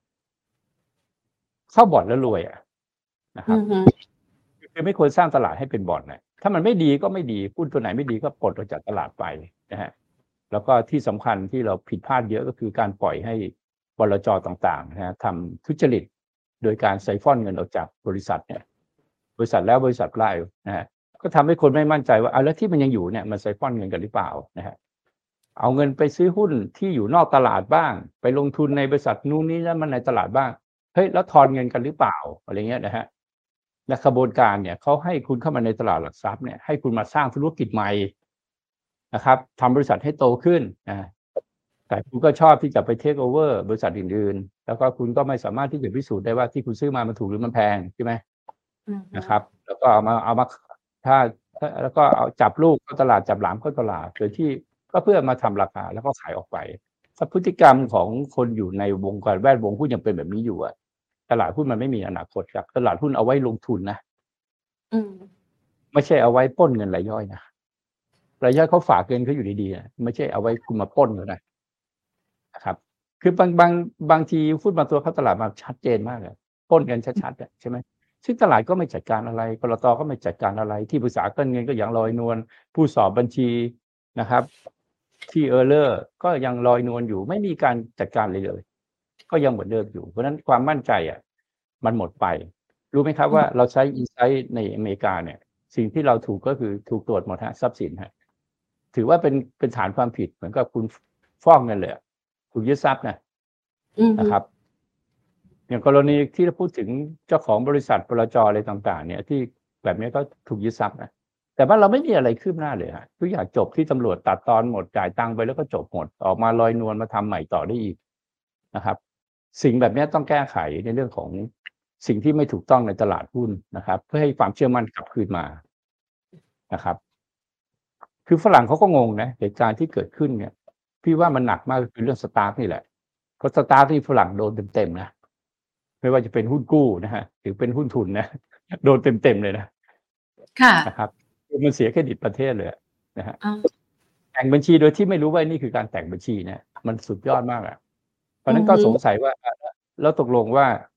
เข้าบ่อนแล้วรวยอ่ะนะครับคือไม่ควรสร้างตลาดให้เป็นบ่อนนะถ้ามันไม่ดีก็ไม่ดีหุ้นตัวไหนไม่ดีก็ปลดออกจากตลาดไปนะฮะแล้วก็ที่สำคัญที่เราผิดพลาดเยอะก็คือการปล่อยให้บลจ.ต่างๆนะฮะทำทุจริตโดยการไซฟอนเงินออกจากบริษัทเนี่ยบริษัทแล้วบริษัทเล่านะฮะก็ทำให้คนไม่มั่นใจว่าอ่ะแล้วที่มันยังอยู่เนี่ยมันไซฟอนเงินกันหรือเปล่านะฮะเอาเงินไปซื้อหุ้นที่อยู่นอกตลาดบ้างไปลงทุนในบริษัทนู้นนี้แล้วมันในตลาดบ้างเฮ้ยแล้วทอนเงินกันหรือเปล่าอะไรเงี้ยนะฮะและขบวนการเนี่ยเขาให้คุณเข้ามาในตลาดหลักทรัพย์เนี่ยให้คุณมาสร้างธุรกิจใหม่นะครับทำบริษัทให้โตขึ้นนะแต่คุณก็ชอบที่จะไปเทคโอเวอร์บริษัทอื่นๆแล้วก็คุณก็ไม่สามารถที่จะพิสูจน์ได้ว่าที่คุณซื้อมามันถูกหรือมันแพงใช่ไหมนะครับแล้วก็เอามาเอามาถ้าแล้วก็เอาจับลูกเข้าตลาดจับหลามเข้าตลาดโดยที่ก็เพื่อมาทำราคาแล้วก็ขายออกไปถ้าพฤติกรรมของคนอยู่ในวงการแวดวงหุ้นยังเป็นแบบนี้อยู่อะตลาดหุ้นมันไม่มีอนาคตครับตลาดหุ้นเอาไว้ลงทุนนะไม่ใช่เอาไว้ปล้นเงินรายย่อยนะรายย่อยเขาฝากเงินเขาอยู่ดีๆนะไม่ใช่เอาไว้คุณมาปล้นเขานะนะครับคือบางบางบางทีหุ้นบางตัวเข้าตลาดมาชัดเจนมากเลยปล้นกันชัดๆใช่ไหมซึ่งตลาดก็ไม่จัดการอะไรกลต.ก็ไม่จัดการอะไรที่ปรึกษาการเงินก็ยังลอยนวลผู้สอบบัญชีนะครับที่เออร์เลอร์ก็ยังลอยนวลอยู่ไม่มีการจัดการเลยเลยก็ยังเหมือนเดิมอยู่เพราะฉะนั้นความมั่นใจอ่ะมันหมดไปรู้ไหมครับว่าเราใช้อินไซต์ในอเมริกาเนี่ยสิ่งที่เราถูกก็คือถูกตรวจหมดฮะทรัพย์สินฮะถือว่าเป็นเป็นฐานความผิดเหมือนกับคุณฟอกเงินเลยถูกยึดทรัพย์นะนะครับอย่างกรณีที่เราพูดถึงเจ้าของบริษัทบลจ.อะไรต่างๆเนี่ยที่แบบนี้ก็ถูกยึดทรัพย์นะแต่ว่าเราไม่มีอะไรคืบหน้าเลยฮะทุกอย่างจบที่ตำรวจตัดตอนหมดจ่ายตังค์ไปแล้วก็จบหมดออกมาลอยนวลมาทำใหม่ต่อได้อีกนะครับสิ่งแบบนี้ต้องแก้ไขในเรื่องของสิ่งที่ไม่ถูกต้องในตลาดหุ้นนะครับเพื่อให้ความเชื่อมั่นกลับคืนมานะครับคือฝรั่งเขาก็งงนะเหตุการณ์ที่เกิดขึ้นเนี่ยพี่ว่ามันหนักมากคือเรื่องสตาร์ทนี่แหละเพราะสตาร์ทที่ฝรั่งโดนเต็มๆนะไม่ว่าจะเป็นหุ้นกู้นะฮะหรือเป็นหุ้นทุนนะโดนเต็มๆเลยนะค่ะนะครับมันเสียเครดิตประเทศเลยนะฮะแต่งบัญชีโดยที่ไม่รู้ว่านี่คือการแต่งบัญชีเนี่ยมันสุดยอดมากอ่ะเพราะนั้นก็สงสัยว่าแล้วตกลงว่า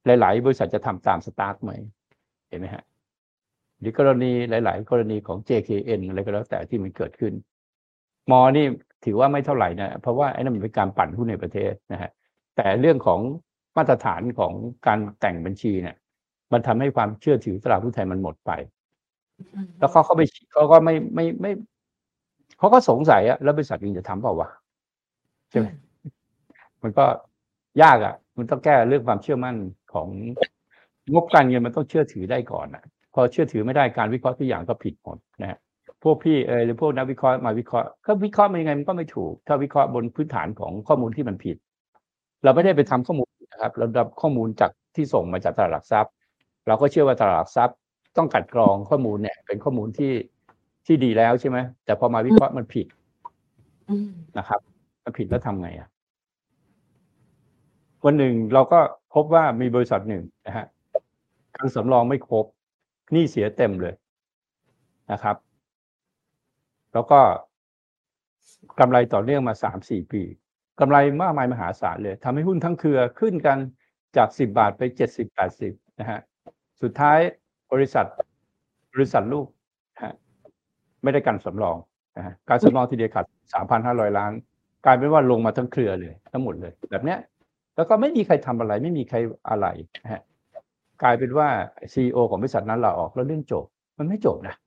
หลายๆบริษัทจะทำตามสตาร์ทไหมเห็นไหมฮะหรือกรณีหลายๆกรณีของ เจ เค เอ็น อะไรก็แล้วแต่ที่มันเกิดขึ้นมอนี่ถือว่าไม่เท่าไหร่นะเพราะว่าไอ้นั่นมันเป็นการปั่นหุ้นในประเทศนะฮะแต่เรื่องของมาตรฐานของการแต่งบัญชีเนี่ยมันทำให้ความเชื่อถือตลาดหุ้นไทยมันหมดไปแล้วเขาเขาไปเขาก็ไม่ไม่ไม่เขาก็สงสัยอะแล้วบริษัทอื่นจะทำเปล่าวะใช่ไหมมันก็ยากอะมันต้องแก้เรื่องความเชื่อมั่นของงบการเงินมันต้องเชื่อถือได้ก่อนอะพอเชื่อถือไม่ได้การวิเคราะห์ทุกอย่างก็ผิดหมดนะฮะพวกพี่เออหรือพวกนักวิเคราะห์มาวิเคราะห์ก็วิเคราะห์มันยังไงมันก็ไม่ถูกถ้าวิเคราะห์บนพื้นฐานของข้อมูลที่มันผิดเราไม่ได้ไปทำข้อมูลนะครับเรารับข้อมูลจากที่ส่งมาจากตลาดหลักทรัพย์เราก็เชื่อว่าตลาดหลักทรัพย์ต้องกลั่นกรองข้อมูลเนี่ยเป็นข้อมูลที่ที่ดีแล้วใช่ไหมแต่พอมาวิเคราะห์มันผิดนะครับมันผิดแล้วทำไงอ่ะวันหนึ่งเราก็พบว่ามีบริษัทหนึ่งนะฮะการสำรองไม่ครบหนี้เสียเต็มเลยนะครับแล้วก็กำไรต่อเนื่องมา สามถึงสี่ ปีกำไรมากมายมหาศาลเลยทำให้หุ้นทั้งเครือขึ้นกันจากสิบบาทไปเจ็ดสิบ แปดสิบนะฮะสุดท้ายบริษัทบริษัทลูกนะฮะไม่ได้กันสำรองนะฮะการสำรองทีเดียวขาด สามพันห้าร้อย ล้านกลายเป็นว่าลงมาทั้งเครือเลยทั้งหมดเลยแบบเนี้ยแล้วก็ไม่มีใครทำอะไรไม่มีใครอะไรนะฮะกลายเป็นว่า ซี อี โอ ของบริษัทนั้นลาออกแล้วเรื่องจบมันไม่จบนะ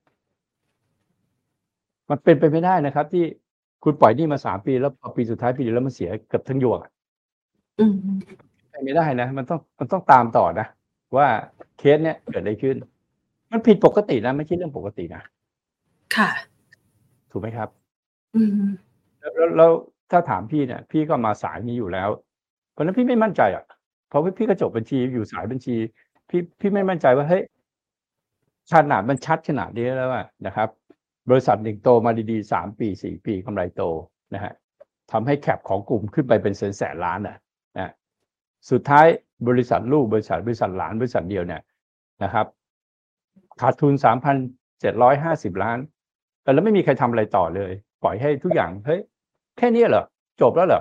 มันเป็นไปไม่ได้นะครับที่คุณปล่อยหนี้มาสามปีแล้วพอปีสุดท้ายปีเดียวแล้วมันเสียเกือบทั้งยวงอืมไปไม่ได้นะมันต้องมันต้องตามต่อนะว่าเคสเนี้ยเกิดอะไรขึ้นมันผิดปกตินะไม่ใช่เรื่องปกตินะค่ะถูกไหมครับอืมแล้วแล้วถ้าถามพี่เนี่ยพี่ก็มาสายนี้อยู่แล้วเพราะนั้นพี่ไม่มั่นใจอ่ะเพราะว่าพี่ก็จบบัญชีอยู่สายบัญชีพี่พี่ไม่มั่นใจว่าเฮ้ยขนาดมันชัดขนาดนี้แล้วอะนะครับบริษัทหนึ่งโตมาดีๆสามปีสี่ปีกำไรโตนะฮะทำให้แคปของกลุ่มขึ้นไปเป็นแสนๆล้านอ่ะนะสุดท้ายบริษัทลูกบริษัทบริษัทหลานบริษัทเดียวเนี่ยนะครับขาดทุน สามพันเจ็ดร้อยห้าสิบ ล้านแต่แล้วไม่มีใครทำอะไรต่อเลยปล่อยให้ทุกอย่างเฮ้ยแค่นี้เหรอจบแล้วเหรอ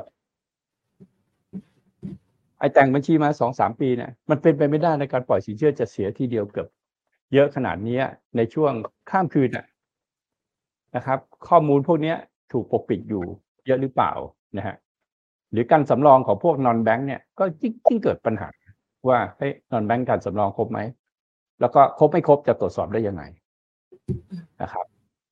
ไอ้แต่งบัญชีมา สองถึงสาม ปีเนี่ยมันเป็นไปไม่ได้ในการปล่อยสินเชื่อจะเสียทีเดียวเกือบเยอะขนาดนี้ในช่วงข้ามคืนนะครับข้อมูลพวกนี้ถูกปกปิดอยู่เยอะหรือเปล่านะฮะหรือการสำรองของพวกนอนแบงค์เนี่ยก็ยิ่งเกิดปัญหาว่าเฮ้ยนอนแบงค์การสำรองครบไหมแล้วก็ครบไม่ครบจะตรวจสอบได้ยังไงนะครับ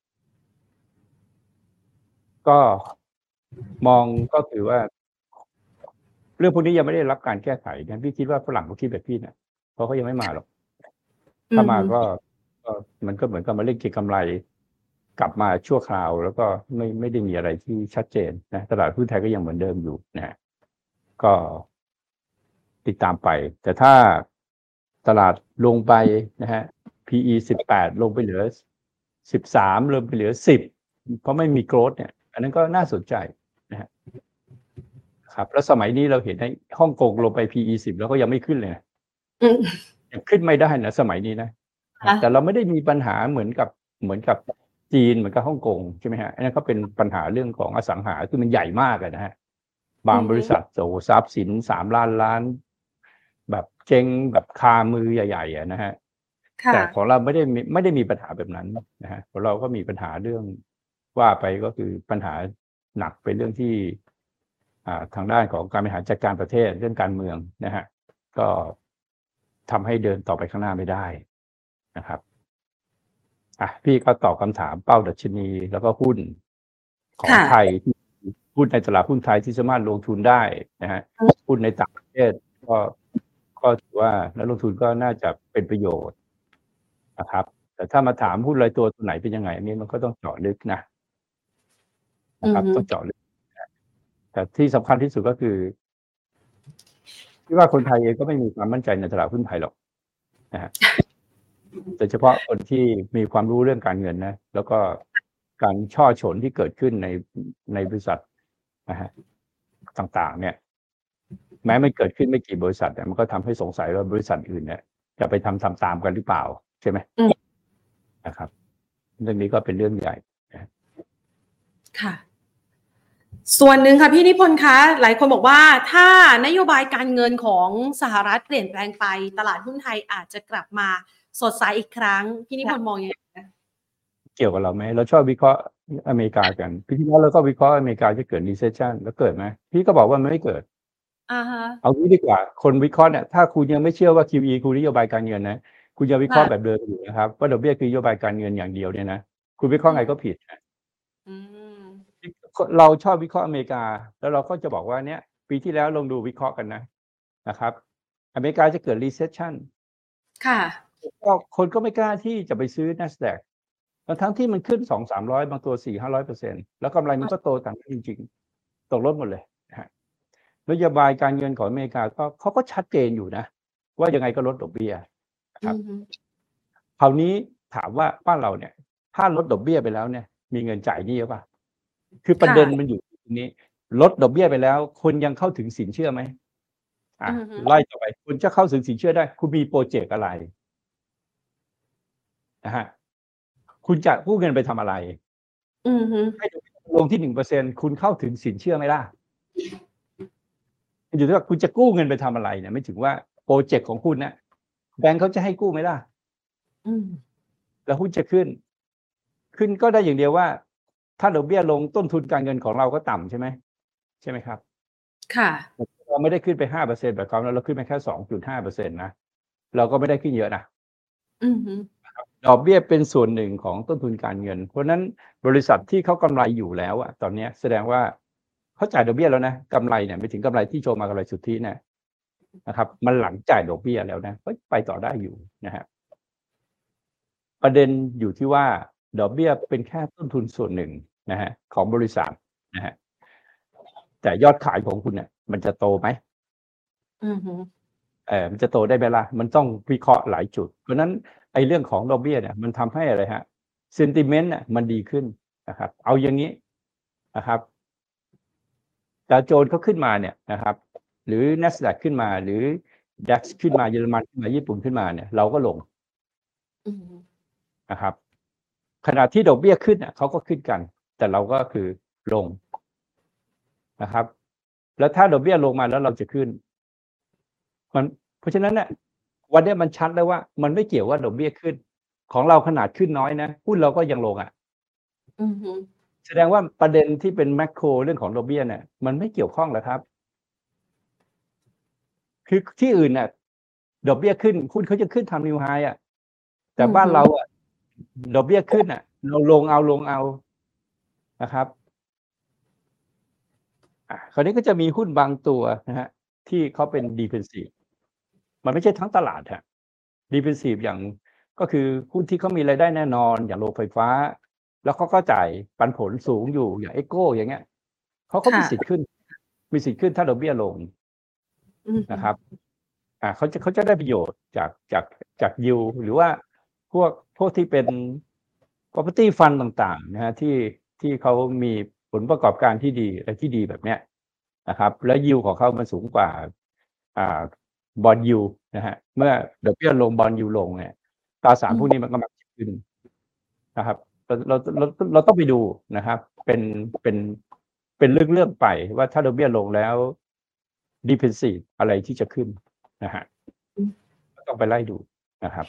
ก็มองก็คือว่าเรื่องพวกนี้ยังไม่ได้รับการแก้ไขงั้นพี่คิดว่าฝรั่งเขาคิดแบบพี่เนี่ยเพราะเขายังไม่มาหรอกถ้ามาก็มันก็เหมือนกับมาเล่นเก็งกำไรกลับมาชั่วคราวแล้วก็ไม่ไม่ได้มีอะไรที่ชัดเจนนะตลาดหุ้นไทยก็ยังเหมือนเดิมอยู่นะฮะก็ติดตามไปแต่ถ้าตลาดลงไปนะฮะ พี อี สิบแปดลงไปเหลือสิบสามลงไปเหลือสิบเพราะไม่มีโกรธเนี่ยอันนั้นก็น่าสนใจนะฮะครับแล้วสมัยนี้เราเห็นให้ฮ่องกงลงไป พี อี สิบแล้วก็ยังไม่ขึ้นเลยยังขึ้นไม่ได้นะสมัยนี้นะแต่เราไม่ได้มีปัญหาเหมือนกับเหมือนกับจีนเหมือนกับฮ่องกงใช่ไหมฮะอันนั้นก็เป็นปัญหาเรื่องของอสังหาที่มันใหญ่มากนะฮะบางบริษัทโอ้ทรัพย์สินสามล้านล้านแบบเจ๊งแบบคามือใหญ่ๆนะฮะแต่ของเราไม่ได้ไม่ได้มีปัญหาแบบนั้นนะฮะของเราก็มีปัญหาเรื่องว่าไปก็คือปัญหาหนักเป็นเรื่องที่ทางด้านของการบริหารจัดการประเทศเรื่องการเมืองนะฮะก็ทำให้เดินต่อไปข้างหน้าไม่ได้นะครับอ่ะพี่ก็ตอบคำถามเป้าดัชนีแล้วก็หุ้นของไทยหุ้นในตลาดหุ้นไทยที่สามารถลงทุนได้นะฮะหุ้นในต่างประเทศก็ก็ถือว่านักลงทุนก็น่าจะเป็นประโยชน์นะครับแต่ถ้ามาถามหุ้นรายตัวตัวไหนเป็นยังไงอันนี้มันก็ต้องเจาะลึกนะนะครับต้องเจาะลึกแต่ที่สำคัญที่สุดก็คือที่ว่าคนไทยเองก็ไม่มีความมั่นใจในตลาดหุ้นไทยหรอกนะฮะโดยเฉพาะคนที่มีความรู้เรื่องการเงินนะแล้วก็การช่อฉนที่เกิดขึ้นในในบริษัทนะฮะต่างๆเนี่ยแม้ไม่เกิดขึ้นไม่กี่บริษัทแต่มันก็ทำให้สงสัยว่าบริษัทอื่นเนี่ยจะไปทำทำตามกันหรือเปล่าใช่ไหมนะครับเรื่องนี้ก็เป็นเรื่องใหญ่ค่ะส่วนหนึ่งค่ะพี่นิพนธ์คะหลายคนบอกว่าถ้านโยบายการเงินของสหรัฐเปลี่ยนแปลงไปตลาดหุ้นไทยอาจจะกลับมาสดใสอีกครั้งพี่นิพนธ์มองยังไงเกี่ยวกับเราไหมเราชอบวิเคราะห์อเมริกากันปีที่แล้วเราก็วิเคราะห์อเมริกาจะเกิด recession แล้วเกิดไหมพี่ก็บอกว่ามันไม่เกิดอ่าฮะเอางี้ดีกว่าคนวิเคราะห์เนี่ยถ้าคุณยังไม่เชื่อว่า คิว อี คือนโยบายการเงินนะคุณจะวิเคราะห์แบบเดิมอยู่นะครับว่าดอกเบี้ยคือนโยบายการเงินอย่างเดียวเนี่ยนะคุณวิเคราะห์ไงก็ผิดเราชอบวิเคราะห์อเมริกาแล้วเราก็จะบอกว่าเนี่ยปีที่แล้วลองดูวิเคราะห์กันนะนะครับอเมริกาจะเกิด recession ค่ะก็คนก็ไม่กล้าที่จะไปซื้อ NASDAQ ทั้งที่มันขึ้นสองสามร้อยบางตัวสี่ห้าร้อยเปอร์เซ็นต์แล้วกำไรมันก็โตต่างกันจริงๆตกลดหมดเลยนะฮะนโยบายการเงินของอเมริกาก็เขาก็ชัดเจนอยู่นะว่ายังไงก็ลดดอกเบี้ยครับคราวนี้ถามว่าบ้านเราเนี่ยถ้าลดดอกเบี้ยไปแล้วเนี่ยมีเงินจ่ายหนี้หรือเปล่าคือประเด็นมันอยู่ตรงนี้ลดดอกเบี้ยไปแล้วคนยังเข้าถึงสินเชื่อไหมอ่ะไล่ต่อไปคุณจะเข้าถึงสินเชื่อได้คุณมีโปรเจกต์อะไรนะฮะคุณจะกู้เงินไปทำอะไรให้ลงที่หนึ่งเปอร์เซ็นต์คุณเข้าถึงสินเชื่อไหมล่ะอยู่ที่ว่าคุณจะกู้เงินไปทำอะไรเนี่ยไม่ถึงว่าโปรเจกต์ของคุณนะแบงก์เขาจะให้กู้ไหมล่ะแล้วหุ้นจะขึ้นขึ้นก็ได้อย่างเดียวว่าถ้าดอกเบี้ยลงต้นทุนการเงินของเราก็ต่ำใช่ไหมใช่ไหมครับค่ะเราไม่ได้ขึ้นไปห้าเปอร์เซ็นต์แบบเขาแล้วเราขึ้นไปแค่สองจุดห้าเปอร์เซ็นต์นะเราก็ไม่ได้ขึ้นเยอะนะดอกเบี้ยเป็นส่วนหนึ่งของต้นทุนการเงินเพราะนั้นบริษัทที่เขากำไรอยู่แล้วอะตอนนี้แสดงว่าเขาจ่ายดอกเบี้ยแล้วนะกำไรเนี่ยไม่ถึงกำไรที่โชว์มากำไรสุทธิเนี่ยนะครับมันหลังจ่ายดอกเบี้ยแล้วนะไปต่อได้อยู่นะฮะประเด็นอยู่ที่ว่าดอกเบี้ยเป็นแค่ต้นทุนส่วนหนึ่งนะฮะของบริษัทนะฮะแต่ยอดขายของคุณเนี่ยมันจะโตไหมอือฮึเออมันจะโตได้ไหมล่ะมันต้องวิเคราะห์หลายจุดเพราะนั้นไอ้เรื่องของดอกเบี้ยเนี่ยมันทำให้อะไรฮะเซนติเมนต์เนี่ยมันดีขึ้นนะครับเอาอย่างนี้นะครับดาวโจนส์เขาขึ้นมาเนี่ยนะครับหรือ NASDAQ ขึ้นมาหรือ ดัค ขึ้นมาเยอรมันขึ้นมาญี่ปุ่นขึ้นมาเนี่ยเราก็ลงนะครับขณะที่ดอกเบี้ยขึ้นเนี่ยเขาก็ขึ้นกันแต่เราก็คือลงนะครับแล้วถ้าดอกเบี้ยลงมาแล้วเราจะขึ้นมันเพราะฉะนั้นเนี่ยวันนี้มันชัดแล้วว่ามันไม่เกี่ยวว่าดอกเบี้ยขึ้นของเราขนาดขึ้นน้อยนะหุ้นเราก็ยังลงอ่ะแสดงว่าประเด็นที่เป็นแมคโครเรื่องของดอกเบี้ยเนี่ยมันไม่เกี่ยวข้องแล้วครับคือที่อื่นน่ะดอกเบี้ยขึ้นหุ้นเขาจะขึ้นทำนิวไฮอ่ะแต่บ้านเราอ่ะดอกเบี้ยขึ้นอ่ะเราลงเอาลงเอานะครับอ่ะคราวนี้ก็จะมีหุ้นบางตัวนะฮะที่เขาเป็น defensive มันไม่ใช่ทั้งตลาดฮะ defensive อย่างก็คือหุ้นที่เขามีรายได้แน่นอนอย่างโรงไฟฟ้าแล้วเขาก็จ่ายปันผลสูงอยู่อย่างเอโก้อย่างเงี้ยเขาก็มีสิทธิ์ขึ้นมีสิทธิ์ขึ้นถ้าดอกเบี้ยลงนะครับอ่าเขาจะเขาจะได้ประโยชน์จากจากจากยิวหรือว่าพวกพวกที่เป็น property fund ต่างๆนะฮะที่ที่เขามีผลประกอบการที่ดีและที่ดีแบบเนี้ยนะครับและยิวของเขามันสูงกว่าอ่าบอนด์ยิวนะฮะเมื่อดอกเบี้ยลงบอนด์ยิวลงเนี่ยตราสารพวกนี้มันก็มักจะขึ้นนะครับเราเราเราเราต้องไปดูนะครับเป็นเป็นเป็นเรื่องๆไปว่าถ้าดอกเบี้ยลงแล้ว defensive อะไรที่จะขึ้นนะฮะต้องไปไล่ดูนะครับ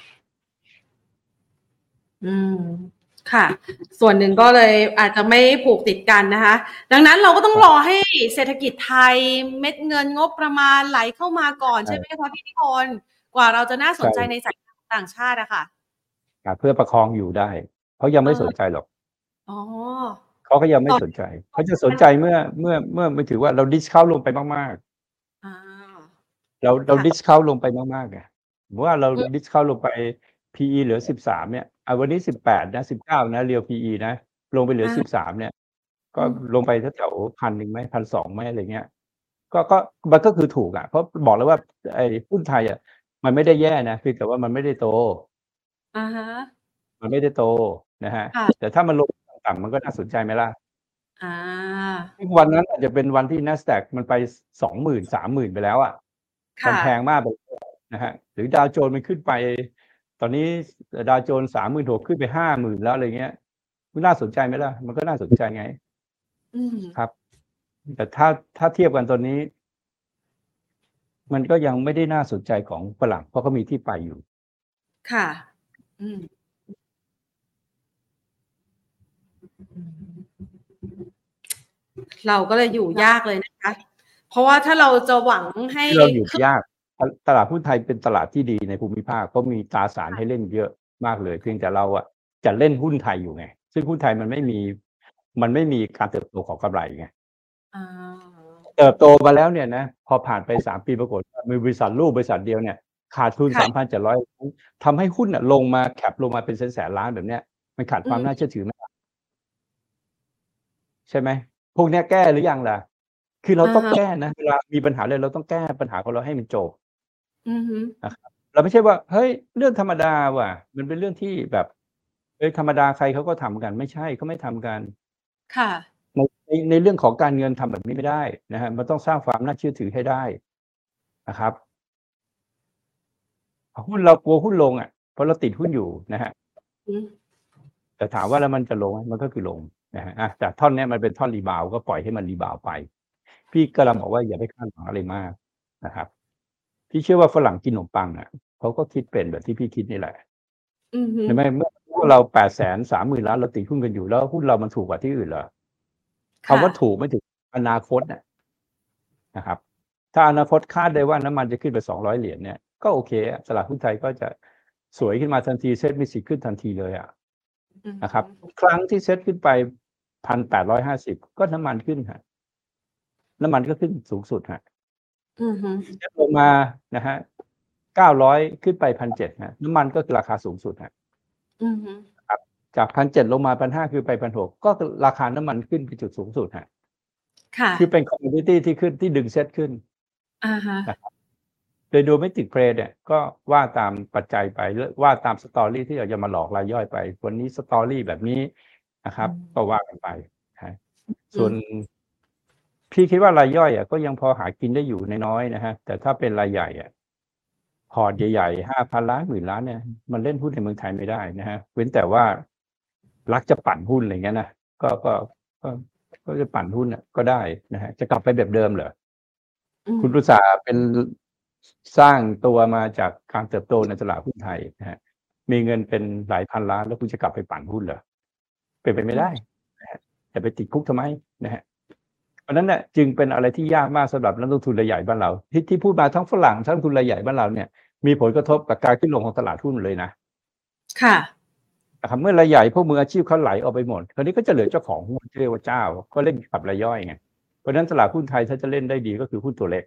อืมค่ะส่วนหนึ่งก็เลยอาจจะไม่ผูกติดกันนะคะดังนั้นเราก็ต้องรอให้เศรษฐกิจไทยเม็ดเงินงบประมาณไหลเข้ามาก่อนใช่ไหมคะพี่นิพนธ์กว่าเราจะน่าสนใจในสายต่างชาติอะค่ะเพื่อประคองอยู่ได้เขายังไม่สนใจหรอกอ๋อเขาก็ยังไม่สนใจเขาจะสนใจเมื่อเมื่อเมื่อไม่ถือว่าเราดิสเคาท์ลงไปมากๆเราเราดิสเคาท์ลงไปมากๆไงว่าเราดิสเคาท์ลงไป พี อี เหลือสิบสามเนี่ยอ่ะวันนี้สิบแปดนะสิบเก้านะเรียว พี อี นะลงไปเหลือสิบสามเนี่ยก็ลงไปแถวๆพันหนึ่งไหมพันสองไหมอะไรเงี้ยก็ก็มันก็คือถูกอ่ะเพราะบอกแล้วว่าไอ้หุ้นไทยอ่ะมันไม่ได้แย่นะคือแต่ว่ามันไม่ได้โตอ่าฮะมันไม่ได้โตนะฮะแต่ถ้ามันลงต่ำๆมันก็น่าสนใจไหมล่ะอ่าวันนั้นอาจจะเป็นวันที่ NASDAQ มันไปสองหมื่นสามหมื่นไปแล้วอ่ะมันแพงมากไปนะฮะหรือดาวโจนส์มันขึ้นไปตอนนี้ดาวโจนส์สามหมื่นหกขึ้นไปห้าหมื่นแล้วอะไรเงี้ยมันน่าสนใจไหมล่ะมันก็น่าสนใจไงครับแต่ถ้าถ้าเทียบกันตอนนี้มันก็ยังไม่ได้น่าสนใจของฝรั่งเพราะเขามีที่ไปอยู่ค่ะอืมเราก็เลยอยู่ยากเลยนะคะเพราะว่าถ้าเราจะหวังให้เราอยู่ยากตลาดหุ้นไทยเป็นตลาดที่ดีในภูมิภาคเพราะมีตราสารให้เล่นเยอะมากเลยเพียงแต่เราอ่ะจะเล่นหุ้นไทยอยู่ไงซึ่งหุ้นไทยมันไม่มีมันไม่มีการเติบโตของกำไรไงเติบโตมาแล้วเนี่ยนะพอผ่านไปสามปีปรากฏมีบริษัทลูกบริษัทเดียวเนี่ยขาดทุน สามพันเจ็ดร้อย ทำให้หุ้นน่ะลงมาแคปลงมาเป็นแสนๆล้านแบบเนี้ยมันขาดความน่าเชื่อถือไหมใช่ไหมพวกนี้แก้หรือยังล่ะคือเราต้องแก้นะเวลามีปัญหาเลยเราต้องแก้ปัญหาของเราให้มันจบนะครับเราไม่ใช่ว่าเฮ้ยเรื่องธรรมดาว่ะมันเป็นเรื่องที่แบบเอ้ยธรรมดาใครเขาก็ทำกันไม่ใช่เขาไม่ทำกันค่ะในในในเรื่องของการเงินทำแบบนี้ไม่ได้นะฮะมันต้องสร้างความน่าเชื่อถือให้ได้นะครับหุ้นเรากลัวหุ้นลงอ่ะเพราะเราติดหุ้นอยู่นะฮะแต่ถามว่าแล้วมันจะลงไหมมันก็คือลงนะฮะแต่ท่อนนี้มันเป็นท่อนรีบาวก็ปล่อยให้มันรีบาวไปพี่กำลังบอกว่าอย่าไปคาดหวังอะไรมากนะครับพี่เชื่อว่าฝรั่งกินขนมปังอ่ะเขาก็คิดเป็นแบบที่พี่คิดนี่แหละใช่ไหมเมื่อเราแปดแสนสามหมื่นล้านเราติดหุ้นกันอยู่แล้วหุ้นเรามันถูกกว่าที่อื่นเหรอคำว่าถูกไม่ถึงอนาคตนะครับถ้าอนาคตคาดได้ว่าน้ำมันจะขึ้นไปสองร้อยเหรียญเนี่ยก็โอเคตลาดหุ้นไทยก็จะสวยขึ้นมาทันทีเซ็ตมีสิทธิ์ขึ้นทันทีเลยอ่ะนะครับครั้งที่เซ็ตขึ้นไปพันแปดร้อยห้าสิบก็น้ำมันขึ้นฮะน้ำมันก็ขึ้นสูงสุดฮะเซ็ตลงมานะฮะเก้าร้อยขึ้นไปพันเจ็ดฮะน้ำมันก็คือราคาสูงสุดฮะครับจากพันเจ็ดลงมาพันห้าคือไปพันหกก็ราคาน้ำมันขึ้นไปจุดสูงสุดฮะคือเป็นคอมมูนิตี้ที่ขึ้นที่ดึงเซ็ตขึ้นนะครับโดยโดยไม่ติดเพลย์เนี่ยก็ว่าตามปัจจัยไปว่าตามสตอรี่ที่เราจะมาหลอกรายย่อยไปวันนี้สตอรี่แบบนี้นะครับก็ว่ากันไปส่วนพี่คิดว่ารายย่อยอ่ะก็ยังพอหากินได้อยู่น้อยๆนะฮะแต่ถ้าเป็นรายใหญ่อ่ะพอร์ตใหญ่ๆห้าพันล้านหมื่นล้านเนี่ยมันเล่นหุ้นในเมืองไทยไม่ได้นะฮะเว้นแต่ว่ารักจะปั่นหุ้นอะไรเงี้ยนะก็ก็ก็ก็จะปั่นหุ้นอ่ะก็ได้นะฮะจะกลับไปแบบเดิมเหรอคุณรุษาเป็นสร้างตัวมาจากการเติบโตในตลาดหุ้นไทยนะฮะมีเงินเป็นหลายพันล้านแล้วคุณจะกลับไปปั่นหุ้นเหรอเป็นไปไม่ได้นะฮะจะไปติดคุกทำไมนะฮะเพราะนั้นเนี่ยจึงเป็นอะไรที่ยากมากสำหรับนักลงทุนรายใหญ่บ้านเราที่ที่พูดมาทั้งฝรั่งทั้งนักลงทุนรายใหญ่บ้านเราเนี่ยมีผลกระทบกับการขึ้นลงของตลาดหุ้นเลยนะค่ะนะครับเมื่อรายใหญ่พวกมืออาชีพเขาไหลออกไปหมดคราวนี้ก็จะเหลือเจ้าของหุ้นที่เรียกว่าเจ้าก็เล่นกับรายย่อยไงเพราะฉะนั้นตลาดหุ้นไทยถ้าจะเล่นได้ดีก็คือหุ้นตัวเล็ก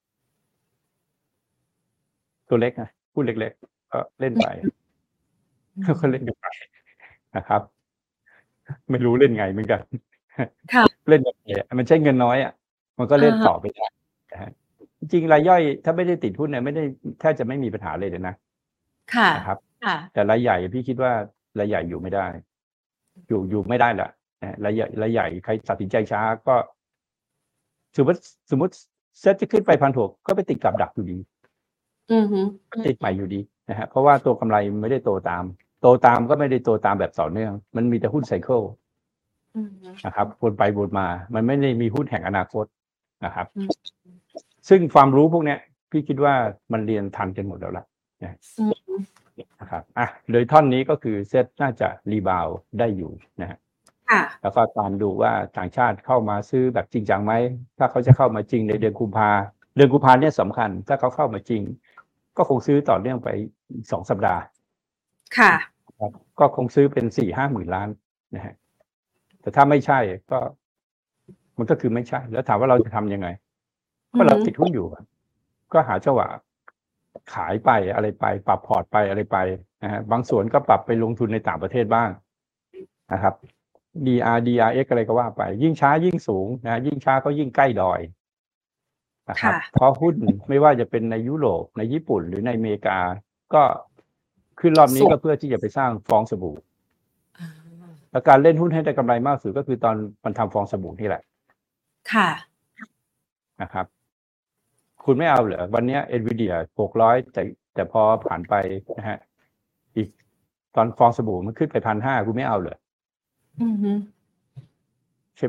ตัวเล็กนะหุ้นเล็กๆก็เล่นไปก็เล่นกันไปนะครับไม่รู้เล่นไงเหมือนกันเล่นยังไงมันใช้เงินน้อยอ่ะมันก็เล่นต่อไปได้นะฮะจริงๆรายย่อยถ้าไม่ได้ติดหุ้นเนี่ยไม่ได้แทบจะไม่มีปัญหาเลยเลยนะค่ะนะครับแต่รายใหญ่พี่คิดว่ารายใหญ่อยู่ไม่ได้อยู่อยู่ไม่ได้แหละรายใหญ่รายใหญ่ใครตัดสินใจช้าก็สมมติสมมติเซ็ตจะขึ้นไปพันหกก็ไปติดกับดักอยู่ดีติดใหม่อยู่ดีนะฮะเพราะว่าตัวกำไรไม่ได้โตตามโตตามก็ไม่ได้โตตามแบบต่อเนื่องมันมีแต่หุ้นไซเคิลนะครับวนไปวนมามันไม่ได้มีหุ้นแห่งอนาคตนะครับซึ่งความรู้พวกนี้พี่คิดว่ามันเรียนทันกันหมดแล้วล่ะนะครับอ่ะโดยท่อนนี้ก็คือเซ็ตน่าจะรีบาวได้อยู่นะฮะแล้วก็ตามดูว่าต่างชาติเข้ามาซื้อแบบจริงจังไหมถ้าเขาจะเข้ามาจริงในเดือนกุมภาเดือนกุมภาเนี่ยสำคัญถ้าเขาเข้ามาจริงก็คงซื้อต่อเนื่องไปสองสัปดาห์ค่ะก็คงซื้อเป็นสี่ห้าหมื่นล้านนะฮะแต่ถ้าไม่ใช่ก็มันก็คือไม่ใช่แล้วถามว่าเราจะทำยังไงก็เราติดหุ้นอยู่ก็หาจังหวะขายไปอะไรไปปรับพอร์ตไปอะไรไปนะฮะบางส่วนก็ปรับไปลงทุนในต่างประเทศบ้างนะครับ ดี อาร์ ดี อาร์ เอ็กซ์ อะไรก็ว่าไปยิ่งช้ายิ่งสูงนะยิ่งช้าก็ยิ่งใกล้ดอยนะครับเพราะหุ้นไม่ว่าจะเป็นในยุโรปในญี่ปุ่นหรือในอเมริกาก็ขึ้นรอบนี้ก็เพื่อที่จะไปสร้างฟองสบู่และการเล่นหุ้นให้ได้กำไรมากสุดก็คือตอนมันทำฟองสบู่นี่แหละค่ะนะครับคุณไม่เอาเหรอวันนี้ Nvidia หกร้อยแต่แต่พอผ่านไปนะฮะอีกตอนฟองสบู่มันขึ้นไป หนึ่งพันห้าร้อย คุณไม่เอาเหรอใช่ไหม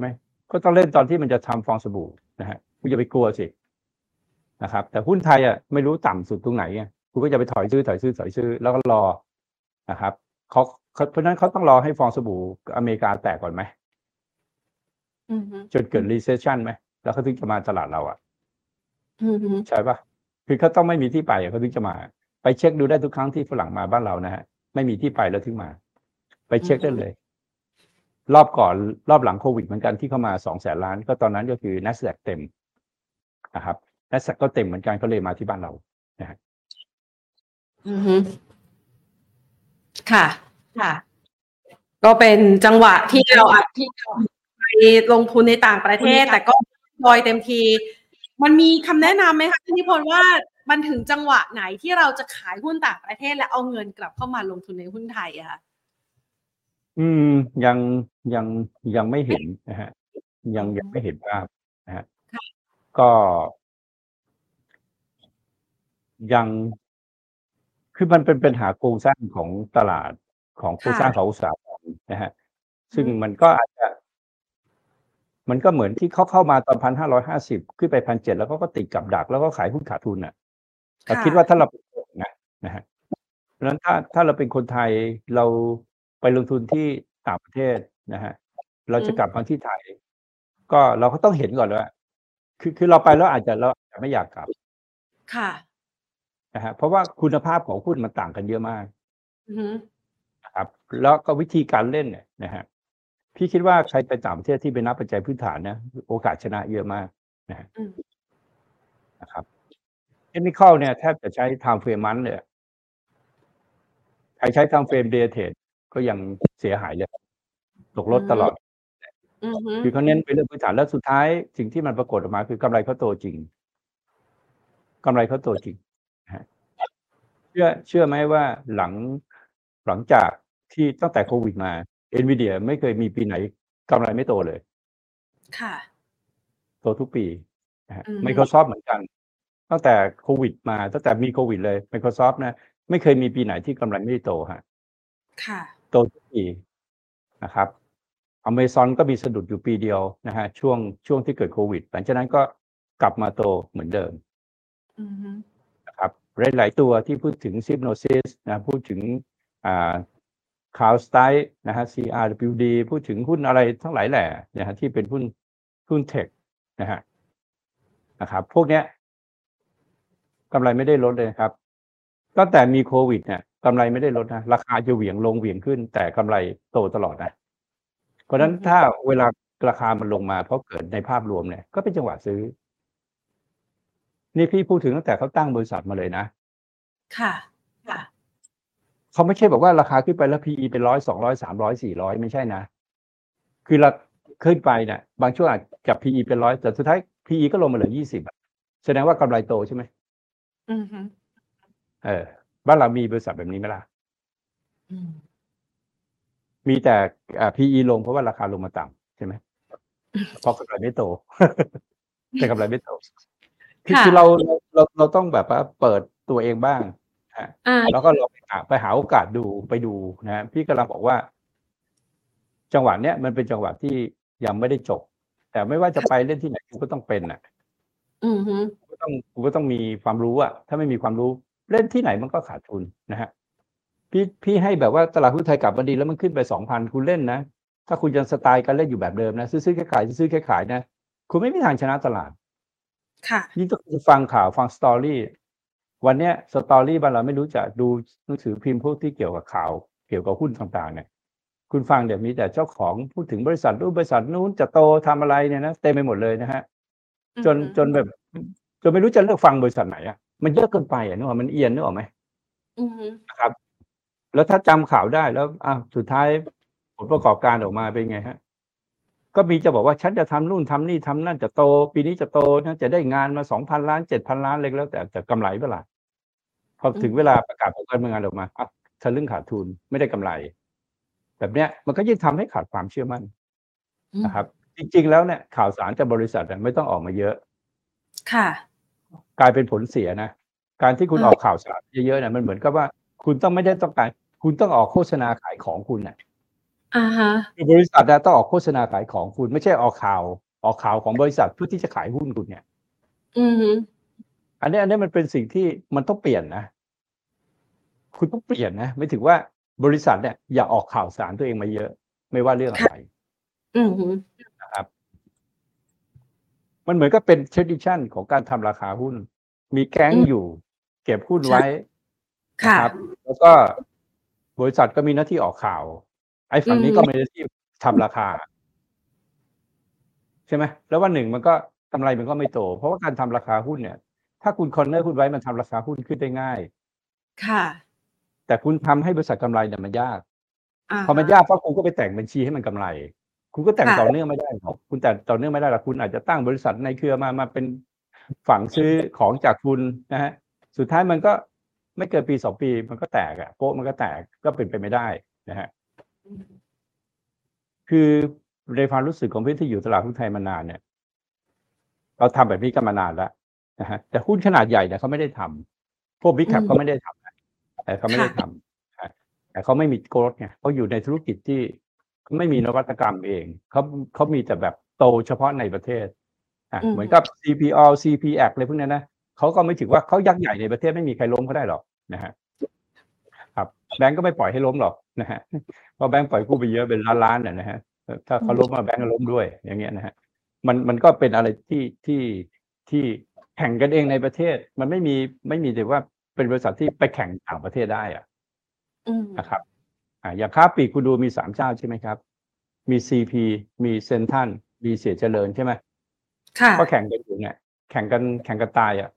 ก็ต้องเล่นตอนที่มันจะทำฟองสบู่นะฮะคุณอย่าไปกลัวสินะครับแต่หุ้นไทยอ่ะไม่รู้ต่ำสุดตรงไหนไงคุณก็จะไปถอยซื้อถอยซื้อถอยซื้อแล้วก็รอนะครับเขาเพราะนั้นเขาต้องรอให้ฟองสบู่อเมริกาแตกก่อนไหมจนเกิด recession ไหมแล้วเขาถึงจะมาตลาดเราอ่ะใช่ปะคือเขาต้องไม่มีที่ไปเขาถึงจะมาไปเช็คดูได้ทุกครั้งที่ฝรั่งมาบ้านเรานะฮะไม่มีที่ไปแล้วถึงมาไปเช็คได้เลยรอบก่อนรอบหลังโควิดเหมือนกันที่เข้ามาสองแสนล้านก็ตอนนั้นก็คือ Nasdaq เต็มนะครับ Nasdaq ก็เต็มเหมือนกันเขาเลยมาที่บ้านเรานะฮะอือฮึค่ะค่ะก็เป็นจังหวะที่เราอาจที่ไปลงทุนในต่างประเทศแต่ก็ลอยเต็มทีมันมีคำแนะนำไหมคะพี่นิพนธ์ว่ามันถึงจังหวะไหนที่เราจะขายหุ้นต่างประเทศและเอาเงินกลับเข้ามาลงทุนในหุ้นไทยอะคะอืมยังยังยังไม่เห็นนะฮะยังยังไม่เห็นภาพนะฮะก็ยังคือมันเป็นปัญหาโครงสร้างของตลาดของโครงสร้างของอุตสาหกรรมนะฮะซึ่งมันก็อาจจะมันก็เหมือนที่เขาเข้ามาตอนพันห้าร้อยห้าสิบขึ้นไปพันเจ็ดแล้วก็ติดกับดักแล้วก็ขายหุ้นขาดทุนอ่ะเราคิดว่าถ้าเราเป็นคนนะนะฮะเพราะฉะนั้นถ้าถ้าเราเป็นคนไทยเราไปลงทุนที่ต่างประเทศนะฮะเราจะกลับมาที่ไทยก็เราก็ต้องเห็นก่อนว่าคือคือเราไปแล้วอาจจะเราอาจจะไม่อยากกลับค่ะนะฮะเพราะว่าคุณภาพของหุ้นมันต่างกันเยอะมากอือฮึนะครับแล้วก็วิธีการเล่นเนี่ยนะฮะพี่คิดว่าใครไปต่างประเทศที่เป็นนักปัจจัยพื้นฐานนะโอกาสชนะเยอะมากนะฮะนะครับเทคนิคอลเนี่ยแทบจะใช้ time frame month เลยใครใช้ time frame day trade ก็ยังเสียหายเลยตกรถตลอดคือเขาเน้นไปเรื่องพื้นฐานแล้วสุดท้ายสิ่งที่มันปรากฏออกมาคือกำไรเขาโตจริงกำไรเขาโตจริงนะฮะเชื่อเชื่อไหมว่าหลังหลังจากที่ตั้งแต่โควิดมา Nvidia ไม่เคยมีปีไหนกำไรไม่โตเลยค่ะโตทุกปีนะฮะ Microsoft เหมือนกันตั้งแต่โควิดมาตั้งแต่มีโควิดเลย Microsoft นะไม่เคยมีปีไหนที่กำไรไม่โตฮะค่ะโตทุกปีนะครับ Amazon ก็มีสะดุดอยู่ปีเดียวนะฮะช่วงช่วงที่เกิดโควิดหลังจากนั้นก็กลับมาโตเหมือนเดิมนะครับหลายๆตัวที่พูดถึง Synopsys นะพูดถึงอ่า CrowdStrike นะฮะ ซี อาร์ ดับเบิลยู ดี พูดถึงหุ้นอะไรทั้งหลายแหล่นะฮะที่เป็นหุ้นหุ้นเทคนะฮะนะครับพวกเนี้ยกำไรไม่ได้ลดเลยครับตั้งแต่มีโควิดเนี่ยกำไรไม่ได้ลดนะราคาจะเหวี่ยงลงเหวี่ยงขึ้นแต่กำไรโตตลอดนะเพราะฉะนั้นถ้าเวลาราคามันลงมาเพราะเกิดในภาพรวมเนี่ยก็เป็นจังหวะซื้อนี่พี่พูดถึงตั้งแต่เขาตั้งบริษัทมาเลยนะค่ะค่ะเขาไม่ใช่บอกว่าราคาขึ้นไปแล้ว พี อี เป็นร้อยสองร้อยสามร้อยสี่ร้อยไม่ใช่นะคือเราขึ้นไปเนี่ยบางช่วงอาจจะ พี อี เป็นร้อยแต่สุดท้าย พี อี ก็ลงมาเหลือยี่สิบแสดงว่ากำไรโตใช่ไหมอือฮึเออบ้านเรามีบริษัทแบบนี้ไหมล่ะมีแต่ พี อี ลงเพราะว่าราคาลงมาต่ำใช่ไหมเพราะกำไรไม่โตแต่กำไรไม่โตคือคือเราเราเราต้องแบบว่าเปิดตัวเองบ้างฮะแล้วก็เราไปหาไปหาโอกาสดูไปดูนะพี่กำลังบอกว่าจังหวะเนี้ยมันเป็นจังหวะที่ยังไม่ได้จบแต่ไม่ว่าจะไปเล่นที่ไหนกูก็ต้องเป็นอ่ะอือฮึกูก็ต้องกูก็ต้องมีความรู้อ่ะถ้าไม่มีความรู้เล่นที่ไหนมันก็ขาดทุนนะฮะพี่พี่ให้แบบว่าตลาดหุ้นไทยกลับมาดีแล้วมันขึ้นไป สองพัน คุณเล่นนะถ้าคุณยังสไตล์การเล่นอยู่แบบเดิมนะซื้อๆขายๆซื้อๆขายๆนะคุณไม่มีทางชนะตลาดค่ะยิ่งต้องฟังข่าวฟังสตอรี่วันเนี้ยสตอรี่บ้านเราไม่รู้จะดูหนังสือพิมพ์พวกที่เกี่ยวกับข่าวเกี่ยวกับหุ้นต่างๆเนี่ยคุณฟังเดี๋ยวมีแต่เจ้าของพูดถึงบริษัทนู้นบริษัทนู้นจะโตทำอะไรเนี่ยนะเต็มไปหมดเลยนะฮะจนจนแบบจนไม่รู้จะเลือกฟังบริษัทไหนอ่ะมันเยอะเกินไปอ่ะนึกว่ามันเอียนนึกออกไหมนะครับแล้วถ้าจำข่าวได้แล้วอ้าวสุดท้ายผลประกอบการออกมาเป็นไงฮะก็มีจะบอกว่าฉันจะทำนู่นทำนี่ทำนั่นจะโตปีนี้จะโตนะจะได้งานมา สองพัน ล้าน เจ็ดพัน ล้านเลยแล้วแต่จะกำไรเปล่าพอถึงเวลาประกาศผลการดำเนินงานออกมาอ่ะทะลึ่งขาดทุนไม่ได้กำไรแบบเนี้ยมันก็ยิ่งทำให้ขาดความเชื่อมั่นนะครับจริงๆแล้วเนี่ยข่าวสารจากบริษัทไม่ต้องออกมาเยอะค่ะกลายเป็นผลเสียนะการที่คุณออกข่าวสารเยอะๆเนี่ยมันเหมือนกับว่าคุณต้องไม่ได้ต้องการคุณต้องออกโฆษณาขายของคุณน่ะอะฮะคือบริษัทอะต้องออกโฆษณาขายของคุณไม่ใช่ออกข่าวออกข่าวของบริษัทเพื่อที่จะขายหุ้นคุณเนี่ยอือฮึอันนี้อันนี้มันเป็นสิ่งที่มันต้องเปลี่ยนนะคุณต้องเปลี่ยนนะหมายถึงว่าบริษัทเนี่ยอย่าออกข่าวสารตัวเองมาเยอะไม่ว่าเรื่องอะไรค่ะอือฮึนะครับมันเหมือนกับเป็น tradition ของการทำราคาหุ้นมีแก๊งอืมอยู่เก็บหุ้นใช่ไว้นะค่ะครับแล้วก็บริษัทก็มีหน้าที่ออกข่าวไอ้ฝั่งนี้อือฮึก็มีหน้าที่ทำราคา ใช่ไหมแล้ววันหนึ่งมันก็กำไรมันก็ไม่โตเพราะว่าการทำราคาหุ้นเนี่ยถ้าคุณคอร์เนอร์หุ้นไว้มันทำราคาหุ้นขึ้นได้ง่ายค่ะแต่คุณทำให้บริษัทกำไรเนี่ยมันยากอะพอมันฮะยากเพราะคุณก็ไปแต่งบัญชีให้มันกำไรคุณก็แต่งต่อค่ะเนื่องไม่ได้หรอกคุณแต่งต่อเนื่องไม่ได้หรอกคุณอาจจะตั้งบริษัทในเครือมามาเป็นฝั่งซื้อของจากคุณนะฮะสุดท้ายมันก็ไม่เกินปีสองปีมันก็แตกอะโป๊ะมันก็แตกก็เป็นไปไม่ได้นะฮะอืมคือในความรู้สึกของพี่ที่อยู่ตลาดหุ้นไทยมานานเนี่ย เราทำแบบนี้กันมานานแล้วนะฮะแต่หุ้นขนาดใหญ่เนี่ยเขาไม่ได้ทำพวก Big อื Cap เขาไม่มได้ทำนะแต่เขาไม่ค่ะได้ทำนะแต่เขาไม่มี growth ไงเขาอยู่ในธุรกิจที่ไม่มีนวัตกรรมเองเขาเขามีแต่แบบโตเฉพาะในประเทศอ่ะอืมเหมือนกับ ซี พี โอ ซี พี เอ ซี อะไรพวกนี้นะเขาก็ไม่ถือว่าเขายักษ์ใหญ่ในประเทศไม่มีใครล้มเขาได้หรอกนะฮะครับแบงก์ก็ไม่ปล่อยให้ล้มหรอกนะฮะเพราะแบงก์ปล่อยกู้ไปเยอะเป็นล้านๆน่ะนะฮะถ้าอืเขาล้มมมาแบงก์ก็ล้มด้วยอย่างเงี้ยนะฮะมันมันก็เป็นอะไรที่ที่ที่แข่งกันเองในประเทศมันไม่มีไม่มีแต่ว่าเป็นบริษัทที่ไปแข่งต่างประเทศได้อะอืมนะครับอ่าอย่างค้าปลีกคุณดูมีสามเจ้าใช่ไหมครับมี ซี พี มีเซ็นทรัลมีเสียเจริญใช่ไหมค่ะก็แข่งกันอยู่เนี่ยแข่งกันแข่งกันตายอ่ะ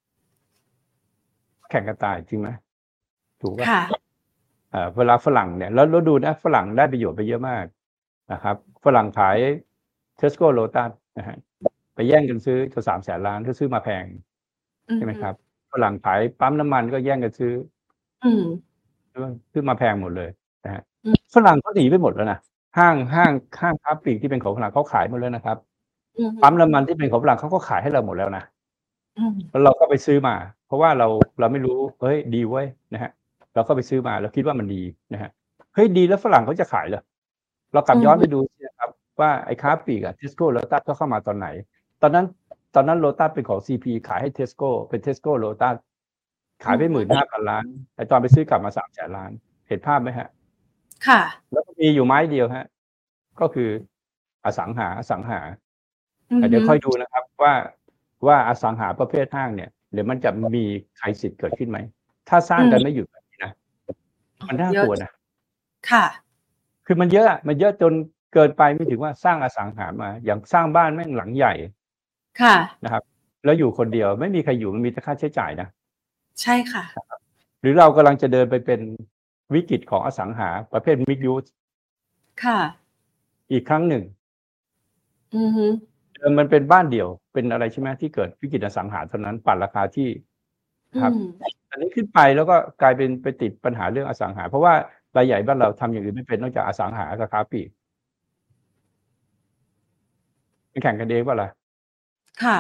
แข่งกันตายจริงไหมถูกป่ะค่ะอ่าเวลาฝรั่งเนี่ยแล้วแล้วดูนะฝรั่งได้ประโยชน์ไปเยอะมากนะครับฝรั่งขาย Tesco Lotus นะฮะไปแย่งกันซื้อจะสามแสนล้านก็ซื้อมาแพงอืมใช่ไหมครับฝรั่งขายปั๊มน้ำมันก็แย่งกันซื้ออืมซื้อซื้อมาแพงหมดเลยนะฮะอืมฝรั่งเขาหนีไปหมดแล้วนะห้างห้างห้างค้าปลีกที่เป็นของฝรั่งเขาขายหมดแล้วนะครับอืมปั๊มน้ำมันที่เป็นของฝรั่งเขาก็ขายให้เราหมดแล้วนะอืมแล้วเราก็ไปซื้อมา เพราะว่าเราเราไม่รู้เฮ้ยดีเว้ยนะฮะเราก็ไปซื้อมาเราคิดว่ามันดีนะฮะเฮ้ยดีแล้วฝรั่งเขาจะขายเหรอเรากลัอืมบย้อนไปดูสิครับว่าไอ้ค้าปลีกอะ Tesco Lotus ก็เข้ามาตอนไหนตอนนั้นตอนนั้น Lotus เป็นของ ซี พี ขายให้ Tesco เป็น Tesco Lotus ขายไปหมื่นห้าพันล้านแต่ตอนไปซื้อกลับมาสามแสนล้านเห็นภาพไหมฮะค่ะแล้วก็มีอยู่ไม้เดียวฮะก็คืออสังหาอสังหาอือฮึแต่เดี๋ยวค่อยดูนะครับว่าว่าอสังหาประเภทห้างเนี่ยเดี๋ยวมันจะมีใครสิทธิ์เกิดขึ้นไหมถ้าสร้างกันไม่อืมหยุดแบบนี้นะมันน่าเยอะกลัวนะค่ะคือมันเยอะมันเยอะจนเกินไปไม่ถึงว่าสร้างอสังหามาอย่างสร้างบ้านแม่งหลังใหญ่ค่ะนะครับแล้วอยู่คนเดียวไม่มีใครอยู่มันมีแต่ค่าใช้จ่ายนะใช่ค่ะหรือเรากำลังจะเดินไปเป็นวิกฤตของอสังหาประเภท mixed use ค่ะอีกครั้งหนึ่งอือฮึเดิมมันเป็นบ้านเดี่ยวเป็นอะไรใช่ไหมที่เกิดวิกฤตอสังหาเท่านั้นปั่นราคาที่ครับอืมอันนี้ขึ้นไปแล้วก็กลายเป็นไปติดปัญหาเรื่องอสังหาเพราะว่ารายใหญ่บ้านเราทำอย่างอื่นไม่เป็นนอกจากอสังหากับค้าปลีกมันแข่งกันเองป่ะล่ะค่ะ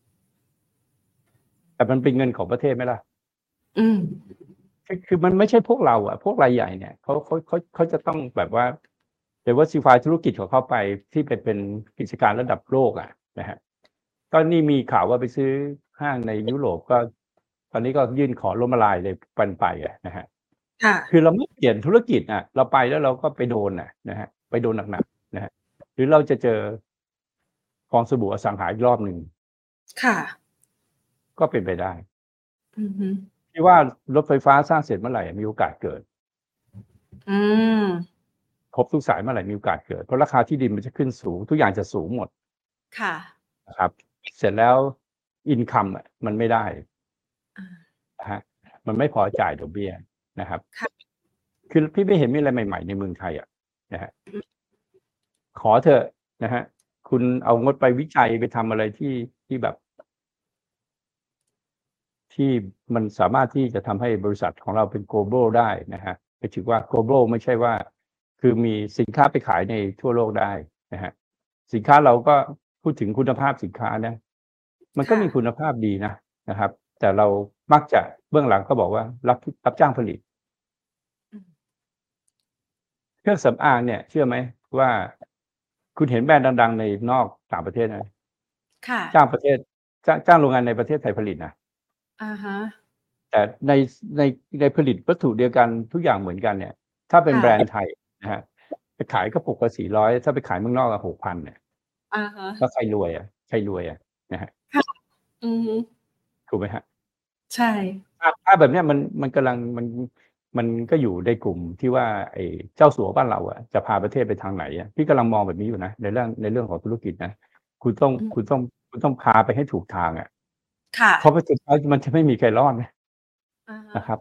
แต่มันเป็นเงินของประเทศไหมล่ะอืมคือคือมันไม่ใช่พวกเราอ่ะพวกรายใหญ่เนี่ยเขาเขาเขาเขาจะต้องแบบว่า diversify ธุรกิจของเขาไปที่ไปเป็นกิจการระดับโลกอ่ะนะฮะก็นี่มีข่าวว่าไปซื้อห้างในยุโรปก็ตอนนี้ก็ยื่นขอล้มละลายเลยปันไปอ่ะนะฮะค่ะคือเราไม่เปลี่ยนธุรกิจอ่ะเราไปแล้วเราก็ไปโดนอ่ะนะฮะไปโดนหนักๆนะฮะหรือเราจะเจอฟองสบู่อสังหาอีกรอบหนึ่งค่ะก็เป็นไปได้อือฮึที่ว่ารถไฟฟ้าสร้างเสร็จเมื่อไหร่มีโอกาสเกิดอืมครบทุกสายเมื่อไหร่มีโอกาสเกิดเพราะราคาที่ดินมันจะขึ้นสูงทุกอย่างจะสูงหมดค่ะนะครับเสร็จแล้วอินคัมอ่ะมันไม่ได้อานะฮะมันไม่พอจ่ายดอกเบี้ยนะครับค่ะคือพี่ไม่เห็นมีอะไรใหม่ๆในเมืองไทยอ่ะนะฮะขอเถอะนะฮะคุณเอางบไปวิจัยไปทำอะไรที่ที่แบบ ที่มันสามารถที่จะทำให้บริษัทของเราเป็น global ได้นะฮะไปถึงว่า global ไม่ใช่ว่าคือมีสินค้าไปขายในทั่วโลกได้นะฮะสินค้าเราก็พูดถึงคุณภาพสินค้านะมันก็ค่ะมีคุณภาพดีนะนะครับแต่เรามักจะเบื้องหลังก็บอกว่ารับรับจ้างผลิตอืมเครื่องสำอางเนี่ยเชื่อไหมว่าคุณเห็นแบรนด์ดังๆในนอกต่างประเทศนะค่ะจ้างประเทศจ้างจ้างโรงงานในประเทศไทยผลิตนะอะฮะแต่ในในในผลิตวัตถุเดียวกันทุกอย่างเหมือนกันเนี่ยถ้าเป็นแบรนด์ค่ะไทยนะฮะไปขายกระปุกละสี่ร้อยถ้าไปขายเมืองนอกละหกพันเนี่ยอะฮะแล้วใครรวยอ่ะใครรวยอ่ะนะฮะค่ะอือฮึถูกไหมฮะใช่ภาพภาพแบบเนี้ยมันมันกำลังมันมันก็อยู่ในกลุ่มที่ว่าไอ้เจ้าสัวบ้านเราอะจะพาประเทศไปทางไหนอะพี่กำลังมองแบบนี้อยู่นะในเรื่องในเรื่องของธุรกิจนะคุณต้องอืมคุณต้องคุณต้องพาไปให้ถูกทางอะค่ะเพราะว่าสุดท้ายมันจะไม่มีใครรอดนะอะฮะนะครับ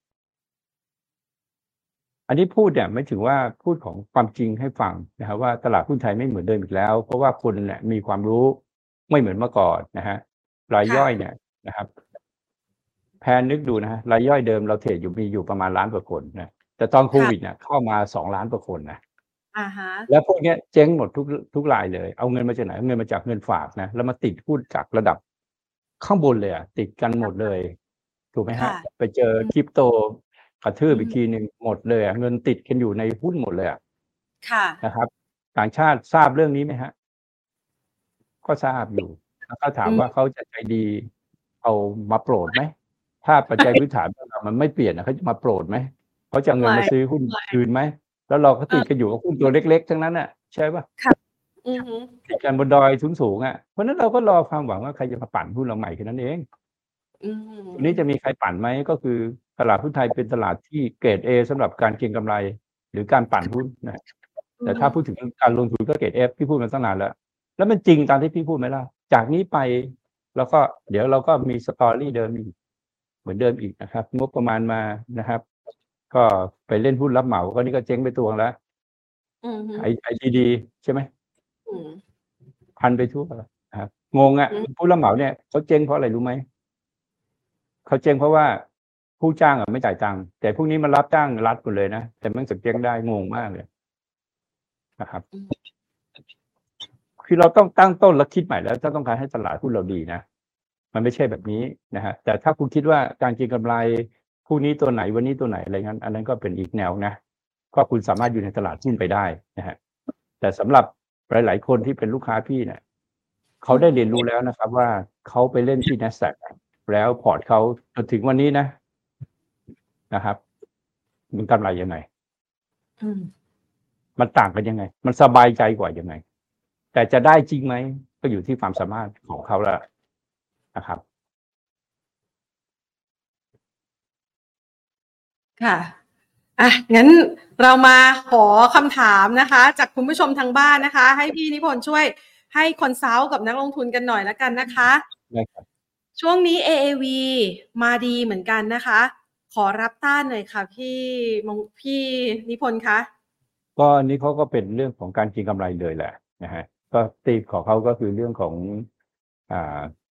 อันนี้พูดเนี่ยไม่ถึงว่าพูดของความจริงให้ฟังนะครับว่าตลาดหุ้นไทยไม่เหมือนเดิมอีกแล้วเพราะว่าคนเนี่ยมีความรู้ไม่เหมือนเมื่อก่อนนะฮะรายค่ะย่อยเนี่ยนะครับ แพนนึกดูนะฮะรายย่อยเดิมเราเทรดอยู่มีอยู่ประมาณล้านกว่าคนนะแต่ตอนโควิดค่ะเนี่ยเข้ามาสองล้านกว่าคนนะอะฮะแล้วพวกเนี้ยเจ๊งหมดทุกทุกรายเลยเอาเงินมาจากไหนเอาเงินมาจากเงินฝากนะแล้วมาติดหุ้นจากระดับข้างบนเลยอะติดกันหมดเลยถูกไหมฮะค่ะไปเจออืมคริปโตกระทืบอือฮึอีกทีหนึ่งหมดเลยอะเงินติดกันอยู่ในหุ้นหมดเลยอะค่ะนะครับต่างชาติทราบเรื่องนี้ไหมฮะ ก็ทราบอยู่แล้วก็ถามอืมว่าเขาจะใจดีเอามาโปรดไหมถ้าปัจจัยพื้นฐานบ้านเรามันไม่เปลี่ยนอะเขาจะมาโปรดไหมเขาจะเอาเงินไม่มาซื้อหุ้นคืนไหมแล้วเราก็เออติดกันอยู่กับหุ้นตัวเล็กๆทั้งนั้นน่ะใช่เปล่าค่ะอือฮึติดกันบนดอยสูงๆอะเพราะฉะนั้นเราก็รอความหวังว่าใครจะมาปั่นหุ้นเราใหม่แค่นั้นเองอืวันนี้มจะมีใครปั่นไหมก็คือตลาดหุ้นไทยเป็นตลาดที่เกรด A สำหรับการเก็งกำไรหรือการปั่นหุ้นนะอือฮึแต่ถ้าพูดถึงการลงทุนก็เกรด F พี่พูดมาตั้งนานแล้วแล้วมันจริงตามที่พี่พูดไหมล่ะจากนี้ไปแล้วก็เดี๋ยวเราก็มีสตอรี่เดิมอีกเหมือนเดิมอีกนะครับงบประมาณมานะครับก็ไปเล่นหุ้นรับเหมาก็นี่ก็เจ๊งไปตัวแล้วอือฮึไอไอทีดีใช่ไหมอืมพันไปทั่วนะครับงงอ่ะอือผู้รับเหมาเนี่ยเขาเจ๊งเพราะอะไรรู้ไหม เขาเจ๊งเพราะว่าผู้จ้างอะไม่จ่ายตังค์แต่พวกนี้มันรับจ้างรัฐหมดเลยนะแต่มันสึกเจ๊งได้งงมากเลยนะครับอืมคือเราต้องตั้งต้นและคิดใหม่แล้วถ้าต้องการให้ตลาดหุ้นเราดีนะมันไม่ใช่แบบนี้นะฮะแต่ถ้าคุณคิดว่าการเก็งกำไรพรุ่งนี้ตัวไหนวันนี้ตัวไหนอะไรงั้นอันนั้นก็เป็นอีกแนวนะก็คุณสามารถอยู่ในตลาดหุ้นไปได้นะฮะแต่สำหรับหลายๆคนที่เป็นลูกค้าพี่เนี่ยเขาได้เรียนรู้แล้วนะครับว่าเขาไปเล่นที่ NASDAQ แล้วพอร์ตเขาจนถึงวันนี้นะนะครับมันกำไรยังไงอืมมันต่างกันยังไง มันสบายใจกว่ายังไง แต่จะได้จริงไหมก็อยู่ที่ความสามารถของเขาแล้วนะครับค่ะอ่ะงั้นเรามาขอคำถามนะคะจากคุณผู้ชมทางบ้านนะคะให้พี่นิพนธ์ช่วยให้คอนซัลท์กับนักลงทุนกันหน่อยแล้วกันนะคะได้ครับช่วงนี้ เอ เอ วี มาดีเหมือนกันนะคะขอรับต้านหน่อยค่ะพี่มงพี่นิพนธ์คะก็อันนี้เขาก็เป็นเรื่องของการเก็งกำไรเลยแหละนะฮะก็ตีของเขาก็คือเรื่องของอ่า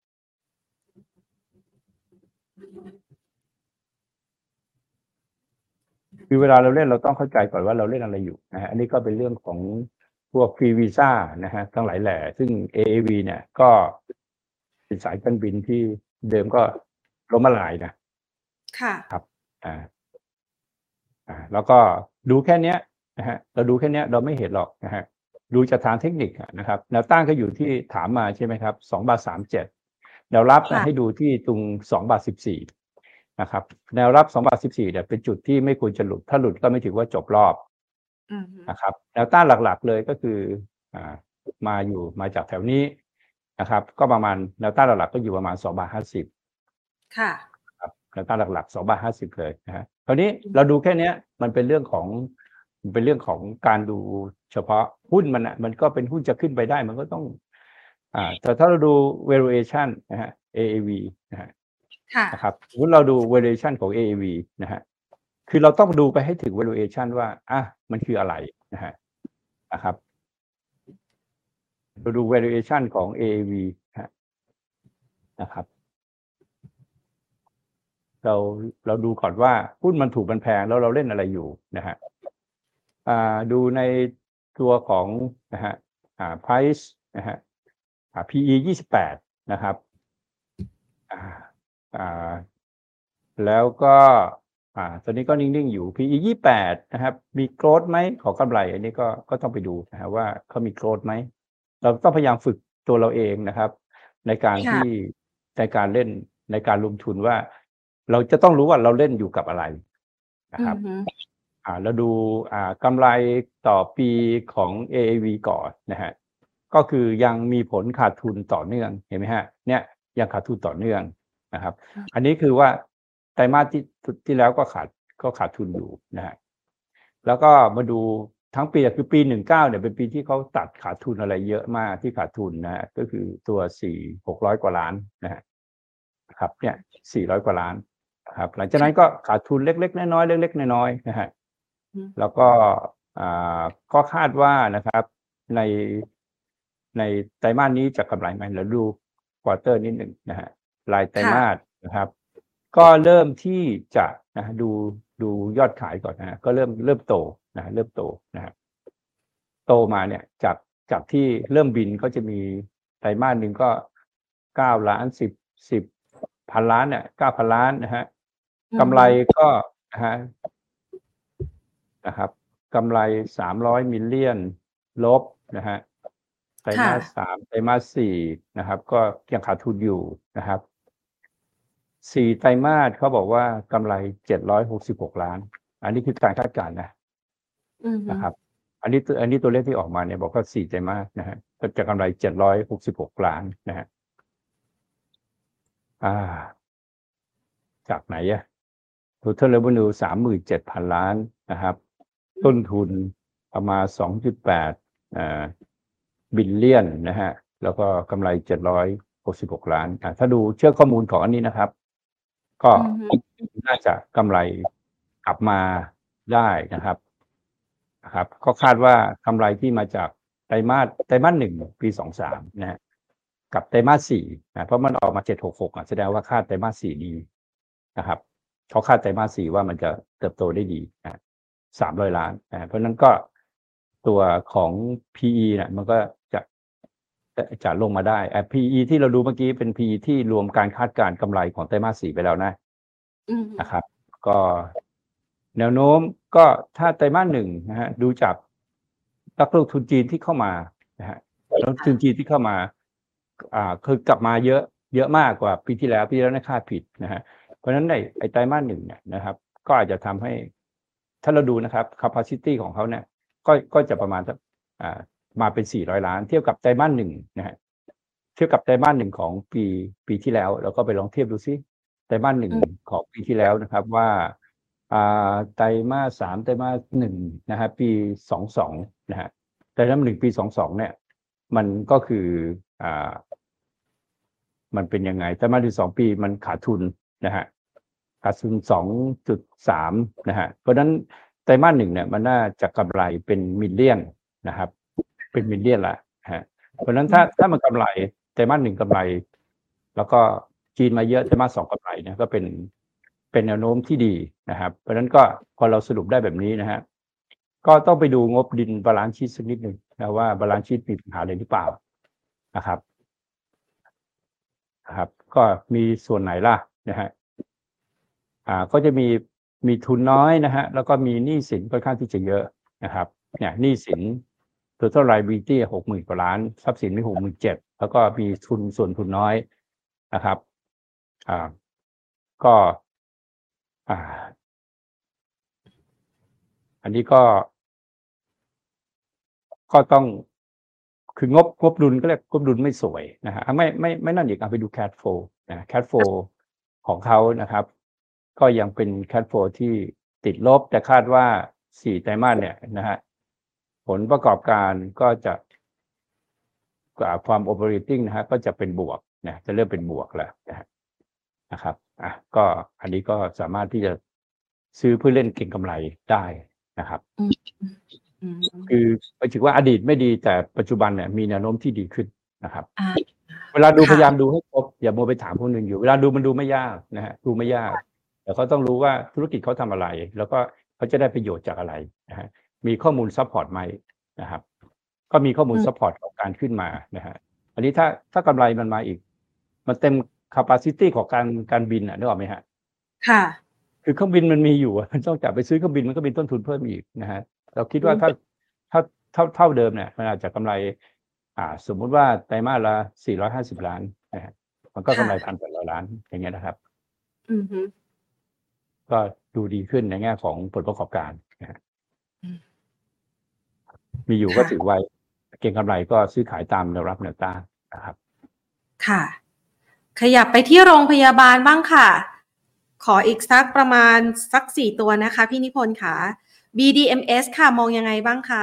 คือเวลาเราเล่นเราต้องเข้าใจก่อนว่าเราเล่นอะไรอยู่นะฮะอันนี้ก็เป็นเรื่องของพวกฟรีวีซ่านะฮะทั้งหลายแหล่ซึ่ง เอ เอ วี เนี่ยก็เป็นสายการบินที่เดิมก็ล้มละลายนะค่ะครับอ่า อ่าแล้วก็ดูแค่เนี้ยนะฮะเราดูแค่เนี้ยเราไม่เห็นหรอกนะฮะดูจากทางเทคนิคอะนะครับแนวต้านก็อยู่ที่ถามมาใช่ไหมครับสองบาทสามเจ็ดแนวรับนะค่ะให้ดูที่ตรงสองบาทสิบสี่นะครับแนวรับสองบาทสิบสี่เนี่ยเป็นจุดที่ไม่ควรจะหลุดถ้าหลุดก็ไม่ถือว่าจบรอบอือฮึนะครับแนวต้านหลักๆเลยก็คืออ่ามาอยู่มาจากแถวนี้นะครับก็ประมาณแนวต้านหลักๆก็อยู่ประมาณสองบาทห้าสิบค่ะครับแนวต้านหลักๆสองบาทห้าสิบเลยนะฮะคราวนี้อืมเราดูแค่เนี้ยมันเป็นเรื่องของมันเป็นเรื่องของการดูเฉพาะหุ้นมันอ่ะมันก็เป็นหุ้นจะขึ้นไปได้มันก็ต้องอ่าแต่ถ้าเราดู valuation นะฮะ เอ เอ วี นะฮะค่ะนะครับสมมุติเราดู valuation ของ เอ เอ วี นะฮะคือเราต้องดูไปให้ถึง valuation ว่าอ่ะมันคืออะไรนะฮะนะครับเราดู valuation ของ เอ เอ วี นะฮะนะครับ เราเราดูก่อนว่าหุ้นมันถูกมันแพงแล้วเราเล่นอะไรอยู่นะฮะอ่าดูในตัวของนะฮะอ่า price นะฮะอ่า พี อี ยี่สิบแปดนะครับอ่าอ่าแล้วก็อ่าตอนนี้ก็นิ่งๆอยู่ พี อี ยี่สิบแปดนะครับมีโกรธไหมขอกำไรอันนี้ก็ก็ต้องไปดูนะฮะว่าเขามีโกรธไหมเราต้องพยายามฝึกตัวเราเองนะครับในการที่ในการเล่นในการลงทุนว่าเราจะต้องรู้ว่าเราเล่นอยู่กับอะไรนะครับอ่าแล้วดูอ่ากำไรต่อปีของ เอ เอ วี ก่อนนะฮะก็คือยังมีผลขาดทุนต่อเนื่องเห็นไหมฮะเนี่ยยังขาดทุนต่อเนื่องนะครับอันนี้คือว่าไตรมาสที่ที่แล้วก็ขาดก็ขาดทุนอยู่นะฮะแล้วก็มาดูทั้งปีคือปีหนึ่งเก้าเนี่ยเป็นปีที่เขาตัดขาดทุนอะไรเยอะมากที่ขาดทุนนะฮะก็คือตัวสี่หกร้อยกว่าล้านนะฮะครับเนี่ยสี่ร้อยกว่าล้านครับหลังจากนั้นก็ขาดทุนเล็กๆน้อยๆเล็กๆน้อยๆนะฮะแล้วก็อ่าก็คาดว่านะครับในในไตรมาสนี้จะกำไรไหมเราดูควอเตอร์นิดหนึ่งนะฮะรายไตรมาสนะครับก็เริ่มที่จะนะดูดูยอดขายก่อนนะฮะก็เริ่มเริ่มโตนะเริ่มโตนะฮะโตมาเนี่ยจากจากที่เริ่มบินก็จะมีไตรมาสหนึ่งก็เก้าล้านสิบสิบพันล้านเนี่ยเก้าพันล้านนะฮะกำไรก็นะฮะนะครับกำไรสามร้อยมิลเลียนลบนะฮะไตรมาสสามไตรมาสสี่นะครับก็ยังขาดทุนอยู่นะครับสี่ไตรมาสเขาบอกว่ากำไรเจ็ดร้อยหกสิบหกล้านอันนี้คือการคาดการณ์นะนะครับอันนี้อันนี้ตัวเลขที่ออกมาเนี่ยบอกว่าสี่ไตรมาสนะฮะก็จะกำไรเจ็ดร้อยหกสิบหกล้านนะฮะอ่าจากไหนอะ total revenue สามหมื่นเจ็ดพันล้านนะครับต้นทุนประมาณ สองจุดแปด อ่าบิลเลียนนะฮะแล้วก็กำไรเจ็ดร้อยหกสิบหกล้านอ่าถ้าดูเชื่อข้อมูลของอันนี้นะครับก็น่าจะกำไรกลับมาได้นะครับนะครับก็คาดว่ากำไรที่มาจากไตรมาสไตรมาสหนึ่งปีสองสามนะฮะกับไตรมาสสี่นะเพราะมันออกมาเจ็ดหกหกอ่ะแสดงว่าคาดไตรมาสสี่ดีนะครับเขาคาดไตรมาสสี่ว่ามันจะเติบโตได้ดีนะสามร้อยล้านนะเพราะนั้นก็ตัวของ พี อี เนี่ยมันก็จะจะลงมาได้อ่ะ พี อี ที่เราดูเมื่อกี้เป็น พี อี ที่รวมการคาดการณ์กำไรของไตรมาสสี่ไปแล้วนะนะครับก็แนวโน้มก็ถ้าไตรมาสหนึ่งนะฮะดูจากนักลงทุนจีนที่เข้ามานะฮะนักลงทุนจีนที่เข้ามาอ่าคือกลับมาเยอะเยอะมากกว่าปีที่แล้วปีที่แล้วคาดผิดนะฮะเพราะฉะนั้นในไอ้ไตรมาสหนึ่งเนี่ยนะครับก็อาจจะทำให้ถ้าเราดูนะครับ capacity ของเขาเนี่ยก็ก็จะประมาณอ่ามาเป็นสี่ร้อยล้านเทียบกับไตรมาสหนึ่งนะฮะเทียบกับไตรมาสหนึ่งของปีปีที่แล้วแล้วก็ไปลองเทียบดูซิไตรมาสหนึ่งของปีที่แล้วนะครับว่าอ่าไตรมาสสามไตรมาสหนึ่งนะฮะปีสองสองนะฮะไตรมาสหนึ่งปีสองสองเนี่ยมันก็คืออ่ามันเป็นยังไงไตรมาสที่สองปีมันขาดทุนนะฮะขาดทุน สองจุดสาม นะฮะเพราะฉะนั้นไตรมาสหนึ่งเนี่ยมันน่าจะกำไรเป็นมิลเลียนนะครับเป็นมิลเลียนละฮะเพราะฉะนั้นถ้าถ้ามันกำไรไตรมาสหนึ่งกำไรแล้วก็จีนมาเยอะไตรมาสสองกำไรเนี่ยก็เป็นเป็นแนวโน้มที่ดีนะครับเพราะฉะนั้นก็พอเราสรุปได้แบบนี้นะฮะก็ต้องไปดูงบดินบาลานซ์ชีทสักนิดหนึ่งนะว่าบาลานซ์ชีทมีปัญหาอะไรหรือเปล่านะครับนะครับก็มีส่วนไหนล่ะนะฮะอ่าก็จะมีมีทุนน้อยนะฮะแล้วก็มีหนี้สินค่อนข้างที่จะเยอะนะครับเนี่ยหนี้สิน total liability หกหมื่นกว่าล้านทรัพย์สินมีหกหมื่นเจ็ดแล้วก็มีทุนส่วนทุนน้อยนะครับอ่าก็อ่าอันนี้ก็ก็ต้องคืองบงบดุลก็เรียกงบดุลไม่สวยนะฮะไม่ไม่ไม่นั่นอีกเอาไปดู cash flow นะ cash flow ของเขานะครับก็ยังเป็น cash flow ที่ติดลบแต่คาดว่าสี่ไตรมาสเนี่ยนะฮะผลประกอบการก็จะความ operating นะฮะก็จะเป็นบวกนะจะเริ่มเป็นบวกแล้วนะฮะนะครับอ่ะก็อันนี้ก็สามารถที่จะซื้อเพื่อเล่นเก็งกำไรได้นะครับคือหมายถึงว่าอดีตไม่ดีแต่ปัจจุบันเนี่ยมีแนวโน้มที่ดีขึ้นนะครับเวลาดูพยายามดูให้ครบอย่าโมไปถามคนอื่นอยู่เวลาดูมันดูไม่ยากนะฮะดูไม่ยากแต่เขาต้องรู้ว่าธุรกิจเขาทำอะไรแล้วก็เขาจะได้ประโยชน์จากอะไรนะฮะมีข้อมูลซัพพอร์ตไหมนะครับก็มีข้อมูลซัพพอร์ตของการขึ้นมานะฮะอันนี้ถ้าถ้ากำไรมันมาอีกมันเต็ม capacity ของการการบินอ่ะนึกออกไหมฮะค่ะคือเครื่องบินมันมีอยู่มันต้องจับไปซื้อเครื่องบินมันก็มีต้นทุนเพิ่มอีกนะฮะเราคิดว่าถ้าถ้าเท่าเท่าเดิมเนี่ยมันอาจจะกำไรอ่าสมมุติว่าไตรมาสละสี่ร้อยห้าสิบล้านนะฮะมันก็กำไรพันแปดร้อยล้านอย่างเงี้ยนะครับอือฮึก็ดูดีขึ้นในแง่ของผลประกอบการนะฮะมีอยู่ก็ถือไว้เก็งกำไรก็ซื้อขายตามแนวรับแนวต้านนะครับค่ะขยับไปที่โรงพยาบาลบ้างค่ะขออีกสักประมาณสักสี่ตัวนะคะพี่นิพนธ์ค่ะ บี ดี เอ็ม เอส ค่ะมองยังไงบ้างคะ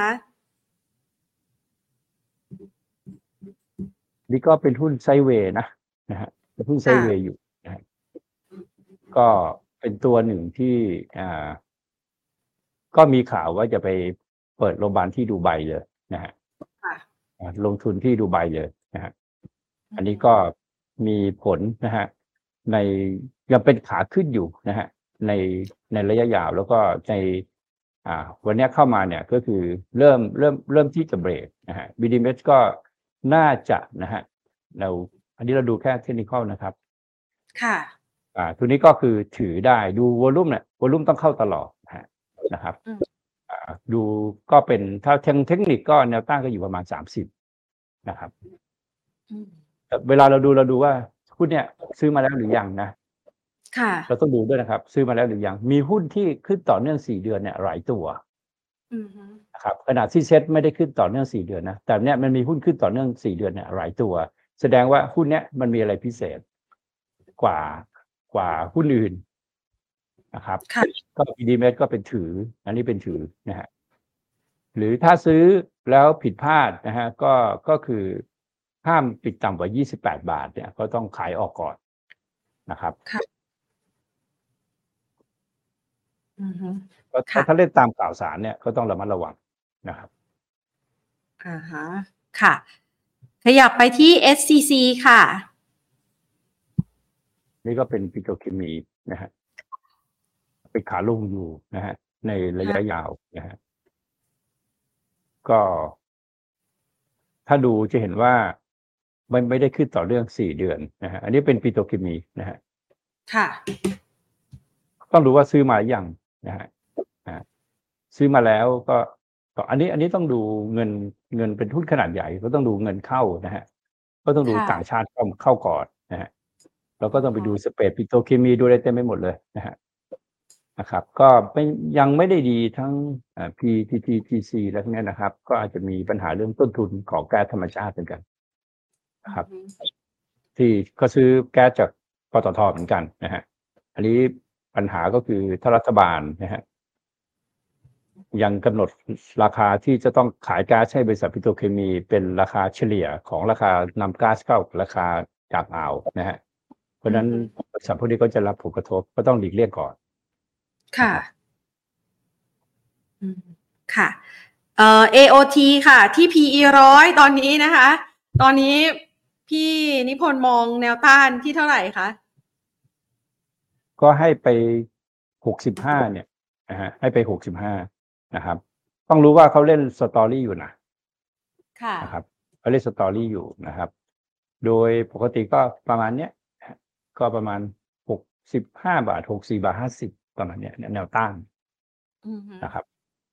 นี่ก็เป็นหุ้นไซด์เวย์นะนะฮะเป็นหุ้นไซด์เวย์อยู่นะฮะก็เป็นตัวหนึ่งที่อ่าก็มีข่าวว่าจะไปเปิดโรงพยาบาลที่ดูไบเลยนะฮะลงทุนที่ดูไบเลยนะฮะอันนี้ก็มีผลนะฮะในยังเป็นขาขึ้นอยู่นะฮะในในระยะยาวแล้วก็ในอ่าวันนี้เข้ามาเนี่ยก็คือเริ่มเริ่มเริ่มที่จะเบรกนะฮะ บี ดี เอ็ม เอส ก็น่าจะนะฮะเราอันนี้เราดูแค่เทคนิคอลนะครับค่ะอ่าตัวนี้ก็คือถือได้ดูวอลุ่มเนี่ยวอลุ่มต้องเข้าตลอดนะฮะนะครับอ่าดูก็เป็นถ้าทางเทคนิคก็แนวต้านก็อยู่ประมาณสามสิบนะครับเวลาเราดูเราดูว่าหุ้นเนี่ยซื้อมาแล้วหรือยังนะค่ะเราต้องดูด้วยนะครับซื้อมาแล้วหรือยังมีหุ้นที่ขึ้นต่อเนื่องสี่เดือนเนี่ยหลายตัวนะครับขณะที่เซ็ตไม่ได้ขึ้นต่อเนื่องสี่เดือนนะแต่เนี่ยมันมีหุ้นขึ้นต่อเนื่องสี่เดือนเนี่ยหลายตัวแสดงว่าหุ้นเนี้ยมันมีอะไรพิเศษกว่ากว่าหุ้นอื่นนะครับก็ บี ดี เอ็ม เอส ก็เป็นถืออันนี้เป็นถือนะฮะหรือถ้าซื้อแล้วผิดพลาดนะฮะก็ก็คือห้ามปิดต่ำกว่ายี่สิบแปดบาทเนี่ยก็ต้องขายออกก่อนนะครับก็ถ้าเล่นตามข่าวสารเนี่ยก็ต้องระมัดระวังนะครับอ่าฮะค่ะขยับไปที่ เอส ซี ซี ค่ะนี่ก็เป็นปิโตรเคมีนะฮะเป็นขาลงอยู่นะฮะในระยะยาวนะฮะก็ถ้าดูจะเห็นว่ามันไม่ได้ขึ้นต่อเนื่องสี่เดือนนะฮะอันนี้เป็นปิโตรเคมีนะฮะค่ะต้องดูว่าซื้อมาอย่างนะฮะซื้อมาแล้วก็อันนี้อันนี้ต้องดูเงินเงินเป็นหุ้นขนาดใหญ่ก็ต้องดูเงินเข้านะฮะก็ต้องดูต่างชาติเข้าเข้าก่อนนะฮะแล้วก็ต้องไปดูสเปรดปิโตรเคมีดูอะไรเต็มไปหมดเลยนะฮะนะครับก็ไม่ยังไม่ได้ดีทั้ง พี ที ที ที ซี และพวกนี้นะครับก็อาจจะมีปัญหาเรื่องต้นทุนของแก๊สธรรมชาติเหมือนกันนะครับที่ก็ซื้อแก๊สจากปตท.เหมือนกันนะฮะอันนี้ปัญหาก็คือถ้ารัฐบาลนะฮะยังกำหนดราคาที่จะต้องขายก๊าซให้บริษัทปิโตรเคมีเป็นราคาเฉลี่ยของราคานำก๊าซเข้าราคาจากอ่าวนะฮะเพราะฉะนั้นบริษัทพวกนี้ก็จะรับผลกระทบก็ต้องหลีกเลี่ยงก่อนค่ะค่ะเอ่อ เอ โอ ที ค่ะที่ พี อี ร้อยตอนนี้นะคะตอนนี้พี่นิพนธ์มองแนวต้านที่เท่าไหร่คะก็ให้ไปหกสิบห้าเนี่ยนะฮะให้ไปหกสิบห้านะครับต้องรู้ว่าเขาเล่นสตอรี่อยู่นะค่ะนะครับเขาเล่นสตอรี่อยู่นะครับโดยปกติก็ประมาณเนี้ยก็ประมาณหกสิบห้าบาทหกสิบบาทห้าสิบประมาณเนี้ยแนวต้านนะครับ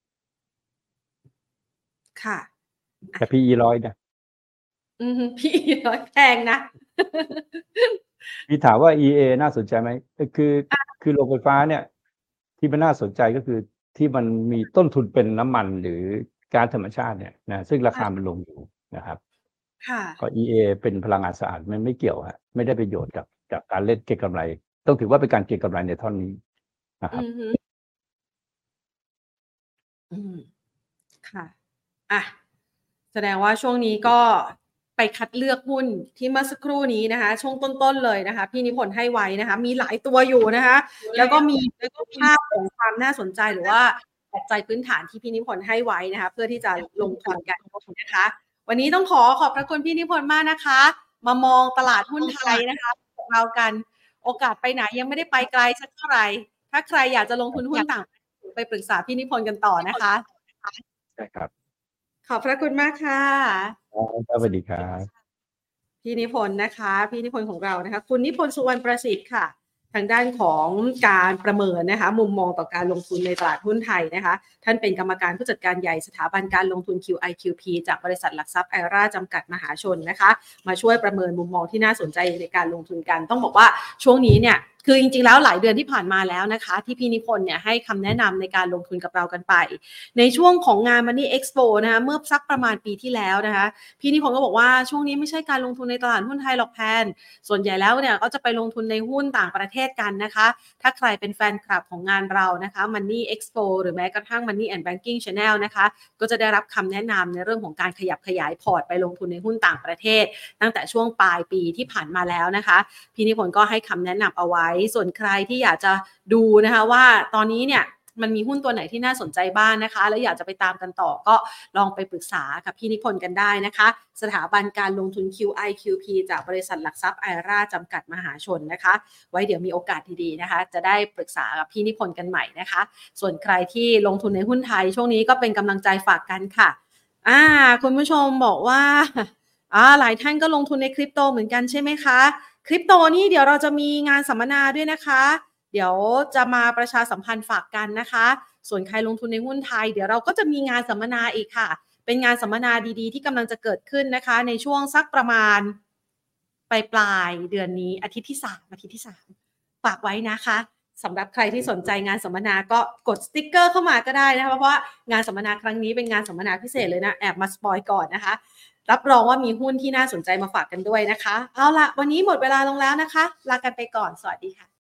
ค่ะแต่ พี อี ร้อยนะอือ พี อี ร้อยแพงนะพี่ถามว่า อี เอ น่าสนใจไหมคือคือโรงไฟฟ้าเนี่ยที่มันน่าสนใจก็คือที่มันมีต้นทุนเป็นน้ำมันหรือก๊าซธรรมชาติเนี่ยนะซึ่งราคามันลงอยู่นะครับก็ อี เอ เป็นพลังงานสะอาดมันไม่เกี่ยวฮะไม่ได้ประโยชน์กับจากการเล่นเก็งกำไรต้องถือว่าเป็นการเก็งกำไรในท่อนนี้นะครับอืมค่ะอ่ะแสดงว่าช่วงนี้ก็ไปคัดเลือกหุ้นที่เมื่อสักครู่นี้นะคะช่วงต้นๆเลยนะคะพี่นิพนธ์ให้ไว้นะคะมีหลายตัวอยู่นะคะแล้วก็มีภาพของความน่าสนใจหรือว่าปัจจัยพื้นฐานที่พี่นิพนธ์ให้ไว้นะคะเพื่อที่จะลงทุนกันนะคะวันนี้ต้องขอขอบพระคุณพี่นิพนธ์มากนะคะมามองตลาดหุ้นไทยนะคะของเรากันโอกาสไปไหนยังไม่ได้ไปไกลสักเท่าไหร่ถ้าใครอยากจะลงทุนหุ้นต่างไปปรึกษาพี่นิพนธ์กันต่อนะคะใช่ครับขอบพระคุณมากค่ะสวัสดีครับพี่นิพนธ์นะคะพี่นิพนธ์ของเรานะคะคุณนิพนธ์สุวรรณประสิทธิ์ค่ะทางด้านของการประเมินนะคะมุมมองต่อการลงทุนในตลาดหุ้นไทยนะคะท่านเป็นกรรมการผู้จัดการใหญ่สถาบันการลงทุน คิว ไอ คิว พี จากบริษัทหลักทรัพย์ไอราจำกัดมหาชนนะคะมาช่วยประเมินมุมมองที่น่าสนใจในการลงทุนกันต้องบอกว่าช่วงนี้เนี่ยคือจริงๆแล้วหลายเดือนที่ผ่านมาแล้วนะคะที่พี่นิพนธ์เนี่ยให้คำแนะนำในการลงทุนกับเรากันไปในช่วงของงาน Money Expo นะคะเมื่อสักประมาณปีที่แล้วนะคะพี่นิพนธ์ก็บอกว่าช่วงนี้ไม่ใช่การลงทุนในตลาดหุ้นไทยหรอกแพนส่วนใหญ่แล้วเนี่ยก็จะไปลงทุนในหุ้นต่างประเทศกันนะคะถ้าใครเป็นแฟนคลับของงานเรานะคะ Money Expo หรือแม้กระทั่ง Money and Banking Channel นะคะก็จะได้รับคำแนะนำในเรื่องของการขยับขยายพอร์ตไปลงทุนในหุ้นต่างประเทศตั้งแต่ช่วงปลายปีที่ผ่านมาแล้วนะคะพี่นิพนธ์ก็ให้คำแนะนำเอาไว้ส่วนใครที่อยากจะดูนะคะว่าตอนนี้เนี่ยมันมีหุ้นตัวไหนที่น่าสนใจบ้างนะคะแล้วอยากจะไปตามกันต่อก็ลองไปปรึกษากับพี่นิพนธ์กันได้นะคะสถาบันการลงทุน คิว ไอ คิว พี จากบริษัทหลักทรัพย์ไอราจำกัดมหาชนนะคะไว้เดี๋ยวมีโอกาสดีๆนะคะจะได้ปรึกษากับพี่นิพนธ์กันใหม่นะคะส่วนใครที่ลงทุนในหุ้นไทยช่วงนี้ก็เป็นกำลังใจฝากกันค่ะอ่าคุณผู้ชมบอกว่าอ่าหลายท่านก็ลงทุนในคริปโตเหมือนกันใช่ไหมคะคริปโตนี่เดี๋ยวเราจะมีงานสัมมนาด้วยนะคะเดี๋ยวจะมาประชาสัมพันธ์ฝากกันนะคะส่วนใครลงทุนในหุ้นไทยเดี๋ยวเราก็จะมีงานสัมมนาอีกค่ะเป็นงานสัมมนาดีๆที่กำลังจะเกิดขึ้นนะคะในช่วงสักประมาณปลายปลายเดือนนี้อาทิตย์ที่สามอาทิตย์ที่สามฝากไว้นะคะสำหรับใครที่สนใจงานสัมมนาก็กดสติ๊กเกอร์เข้ามาก็ได้นะคะเพราะว่างานสัมมนาครั้งนี้เป็นงานสัมมนาพิเศษเลยนะแอบมาสปอยก่อนนะคะรับรองว่ามีหุ้นที่น่าสนใจมาฝากกันด้วยนะคะเอาล่ะวันนี้หมดเวลาลงแล้วนะคะลากันไปก่อนสวัสดีค่ะ